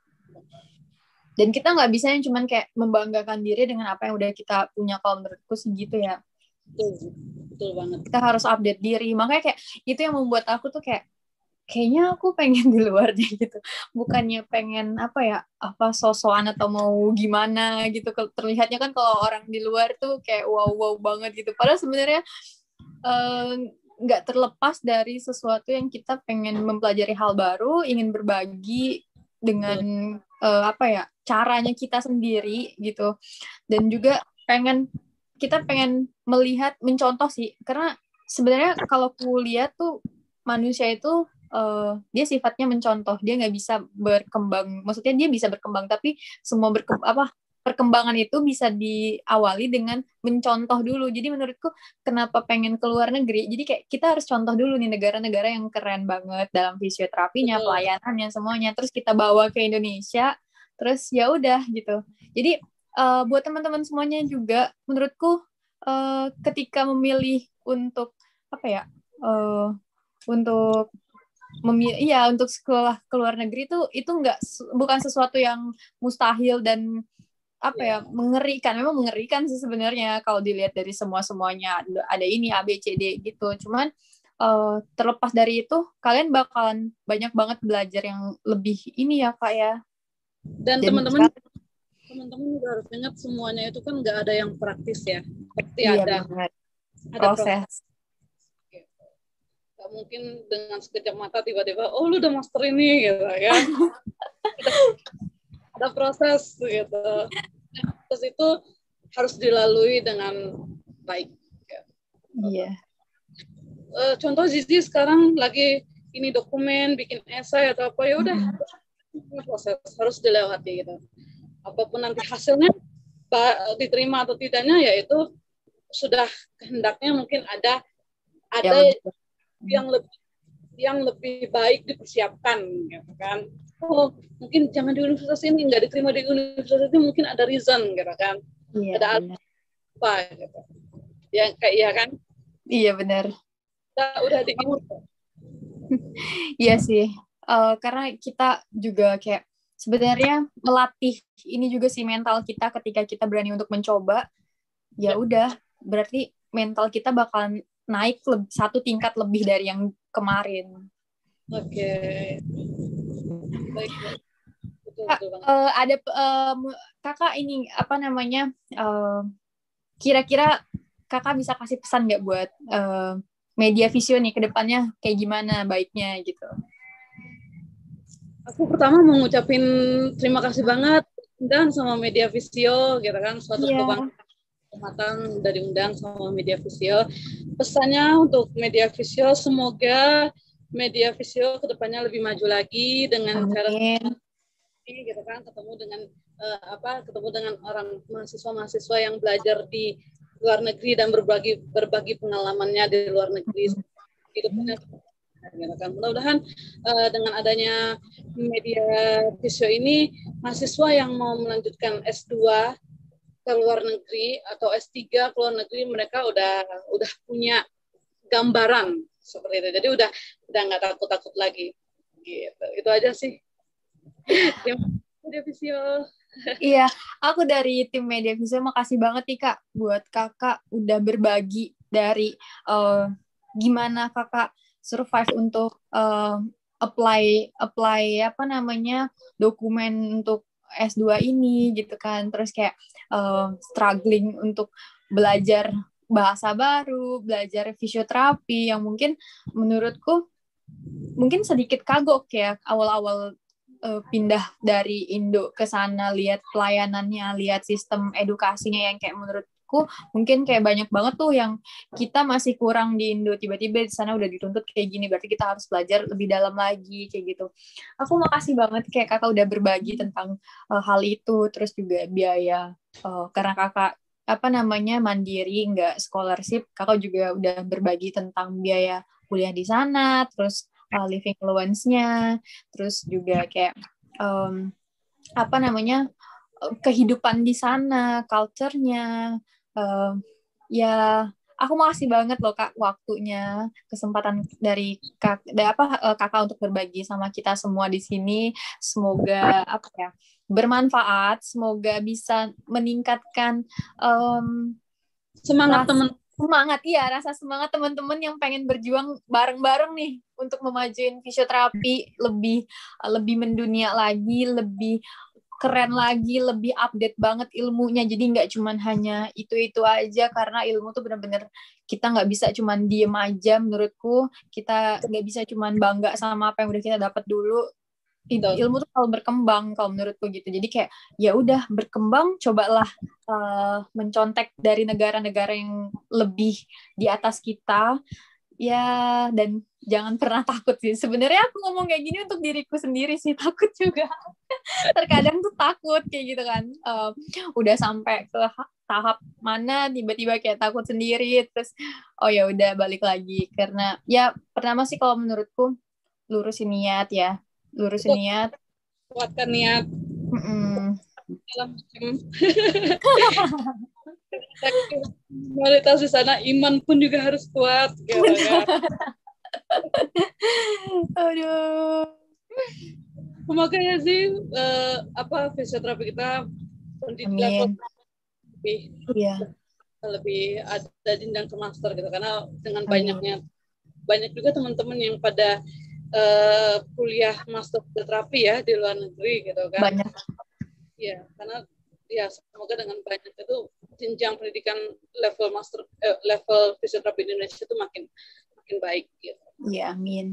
Dan kita nggak bisa yang cuman kayak membanggakan diri dengan apa yang udah kita punya kalau menurutku segitu ya. Betul banget. Kita harus update diri. Makanya kayak itu yang membuat aku tuh kayak kayaknya aku pengen di luar deh gitu. Bukannya pengen apa ya, apa sosokan atau mau gimana gitu. Terlihatnya kan kalau orang di luar tuh kayak wow-wow banget gitu. Padahal sebenarnya nggak terlepas dari sesuatu yang kita pengen mempelajari hal baru, ingin berbagi dengan apa ya caranya kita sendiri gitu dan juga kita pengen melihat mencontoh sih karena sebenarnya kalau kuliah tuh manusia itu dia sifatnya mencontoh dia nggak bisa berkembang maksudnya dia bisa berkembang tapi semua perkembangan itu bisa diawali dengan mencontoh dulu jadi menurutku kenapa pengen ke luar negeri jadi kayak kita harus contoh dulu nih negara-negara yang keren banget dalam fisioterapinya pelayanannya semuanya terus kita bawa ke Indonesia terus ya udah gitu jadi buat teman-teman semuanya juga menurutku ketika memilih untuk apa ya? Untuk untuk sekolah ke luar negeri itu bukan sesuatu yang mustahil dan apa ya, mengerikan. Memang mengerikan sih sebenarnya kalau dilihat dari semuanya ada ini A B C D gitu. Cuman terlepas dari itu kalian bakalan banyak banget belajar yang lebih ini ya Kak ya. Dan teman-teman juga harus ingat semuanya itu kan nggak ada yang praktis ya. Pasti ada proses. Gak mungkin dengan sekejap mata tiba-tiba lu udah master ini gitu ya. Ada proses gitu. Terus itu harus dilalui dengan baik. Iya. Contoh Zizi sekarang lagi ini dokumen, bikin esai atau apa, ya udah proses harus dilewati gitu. Apapun nanti hasilnya diterima atau tidaknya, yaitu sudah kehendaknya mungkin ada yang lebih baik dipersiapkan gitu kan. Mungkin jangan di universitas ini, nggak diterima di universitas ini, mungkin ada reason gitu kan. Iya, ada apa gitu. Ya kayak iya kan? Iya benar. Udah di Iya sih. Karena kita juga kayak sebenarnya melatih ini juga sih mental kita ketika kita berani untuk mencoba. Ya udah, berarti mental kita bakalan naik satu tingkat lebih dari yang kemarin. Oke. Baik. Ada kakak ini apa namanya? Kira-kira kakak bisa kasih pesan nggak buat Media Visio nih ke depannya kayak gimana baiknya gitu? Aku pertama mau ngucapin terima kasih banget dan sama Media Visio gitu kan, suatu kehormatan dari undang sama Media Visio. Pesannya untuk Media Visio, semoga Media Visio kedepannya lebih maju lagi dengan cara gitu kan, ketemu dengan orang mahasiswa yang belajar di luar negeri dan berbagi pengalamannya di luar negeri. Hidupnya gitu kan. Mudah-mudahan dengan adanya Media Visio ini, mahasiswa yang mau melanjutkan S2 ke luar negeri atau S3 ke luar negeri, mereka udah punya gambaran seperti itu. Jadi udah nggak takut lagi. Gitu. Itu aja sih. Media Visio. Iya, aku dari tim Media Visio makasih banget nih Kak buat kakak udah berbagi dari gimana kakak survive untuk apply apa namanya dokumen untuk S2 ini gitu kan. Terus kayak struggling untuk belajar bahasa baru, belajar fisioterapi yang mungkin menurutku mungkin sedikit kagok ya awal-awal pindah dari Indo ke sana, lihat pelayanannya, lihat sistem edukasinya yang kayak menurutku mungkin kayak banyak banget tuh yang kita masih kurang di Indo, tiba-tiba di sana udah dituntut kayak gini, berarti kita harus belajar lebih dalam lagi kayak gitu. Aku makasih banget kayak kakak udah berbagi tentang hal itu, terus juga biaya karena kakak apa namanya mandiri nggak scholarship, kakak juga udah berbagi tentang biaya kuliah di sana, terus living allowance-nya, terus juga kayak apa namanya kehidupan di sana, culture-nya, ya aku makasih banget loh Kak waktunya, kesempatan dari kakak untuk berbagi sama kita semua di sini. Semoga apa ya bermanfaat, semoga bisa meningkatkan rasa semangat teman-teman yang pengen berjuang bareng-bareng nih untuk memajuin fisioterapi lebih mendunia lagi, lebih keren lagi, lebih update banget ilmunya. Jadi nggak cuman hanya itu aja, karena ilmu tuh benar-benar kita nggak bisa cuman diem aja. Menurutku kita nggak bisa cuman bangga sama apa yang udah kita dapat dulu. Ilmu tuh kalau berkembang kalau menurutku gitu. Jadi kayak ya udah berkembang, cobalah mencontek dari negara-negara yang lebih di atas kita ya, dan jangan pernah takut sih. Sebenarnya aku ngomong kayak gini untuk diriku sendiri sih, takut juga. Terkadang tuh takut kayak gitu kan. Udah sampai ke tahap mana tiba-tiba kayak takut sendiri, terus oh ya udah balik lagi. Karena ya pertama sih kalau menurutku lurusin niat ya. Lurusin niat. Kuatkan niat. Kualitas di sana, iman pun juga harus kuat gitu kan. Aduh. Makanya sih fisioterapi kita di level Amin. lebih Iya. lebih ada jenjang ke master gitu, karena dengan Amin. banyak juga teman-teman yang pada kuliah master terapi ya di luar negeri gitu kan. Banyak. Ya, karena ya semoga dengan banyak itu jenjang pendidikan level fisioterapi di Indonesia itu makin baik gitu. Iya, amin.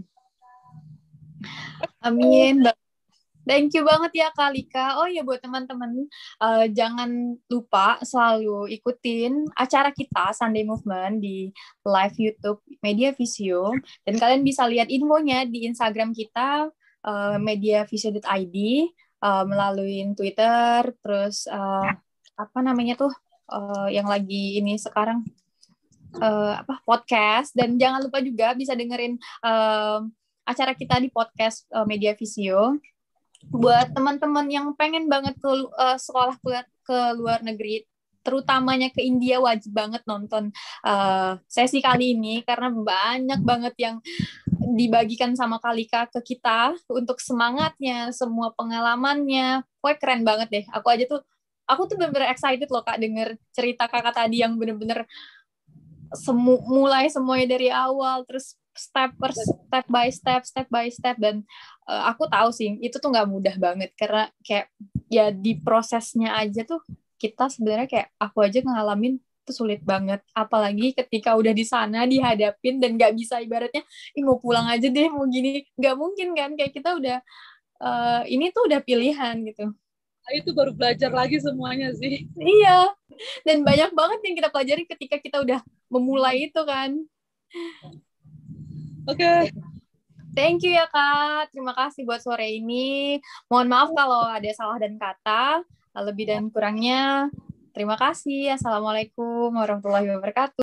Amin. Thank you banget ya Kak Lika. Oh ya buat teman-teman, jangan lupa selalu ikutin acara kita Sunday Movement di live YouTube Media Visio. Dan kalian bisa lihat infonya di Instagram kita, mediavisio.id, melalui Twitter, terus apa namanya tuh, yang lagi ini sekarang, podcast. Dan jangan lupa juga bisa dengerin acara kita di podcast Media Visio. Buat teman-teman yang pengen banget sekolah ke luar negeri, terutamanya ke India, wajib banget nonton sesi kali ini, karena banyak banget yang dibagikan sama Kalika ke kita untuk semangatnya, semua pengalamannya. Pokoknya keren banget deh. Aku tuh bener-bener excited loh Kak denger cerita kakak tadi yang bener-bener mulai semuanya dari awal, terus step by step. Dan aku tahu sih itu tuh nggak mudah banget, karena kayak ya di prosesnya aja tuh kita sebenarnya, kayak aku aja ngalamin itu sulit banget, apalagi ketika udah di sana dihadapin dan nggak bisa ibaratnya mau pulang aja deh, mau gini, nggak mungkin kan, kayak kita udah ini tuh udah pilihan gitu. Itu baru belajar lagi semuanya sih. Iya, dan banyak banget yang kita pelajari ketika kita udah memulai itu kan. Oke. Thank you ya Kak, terima kasih buat sore ini. Mohon maaf kalau ada salah dan kata, lebih dan kurangnya terima kasih. Assalamualaikum warahmatullahi wabarakatuh.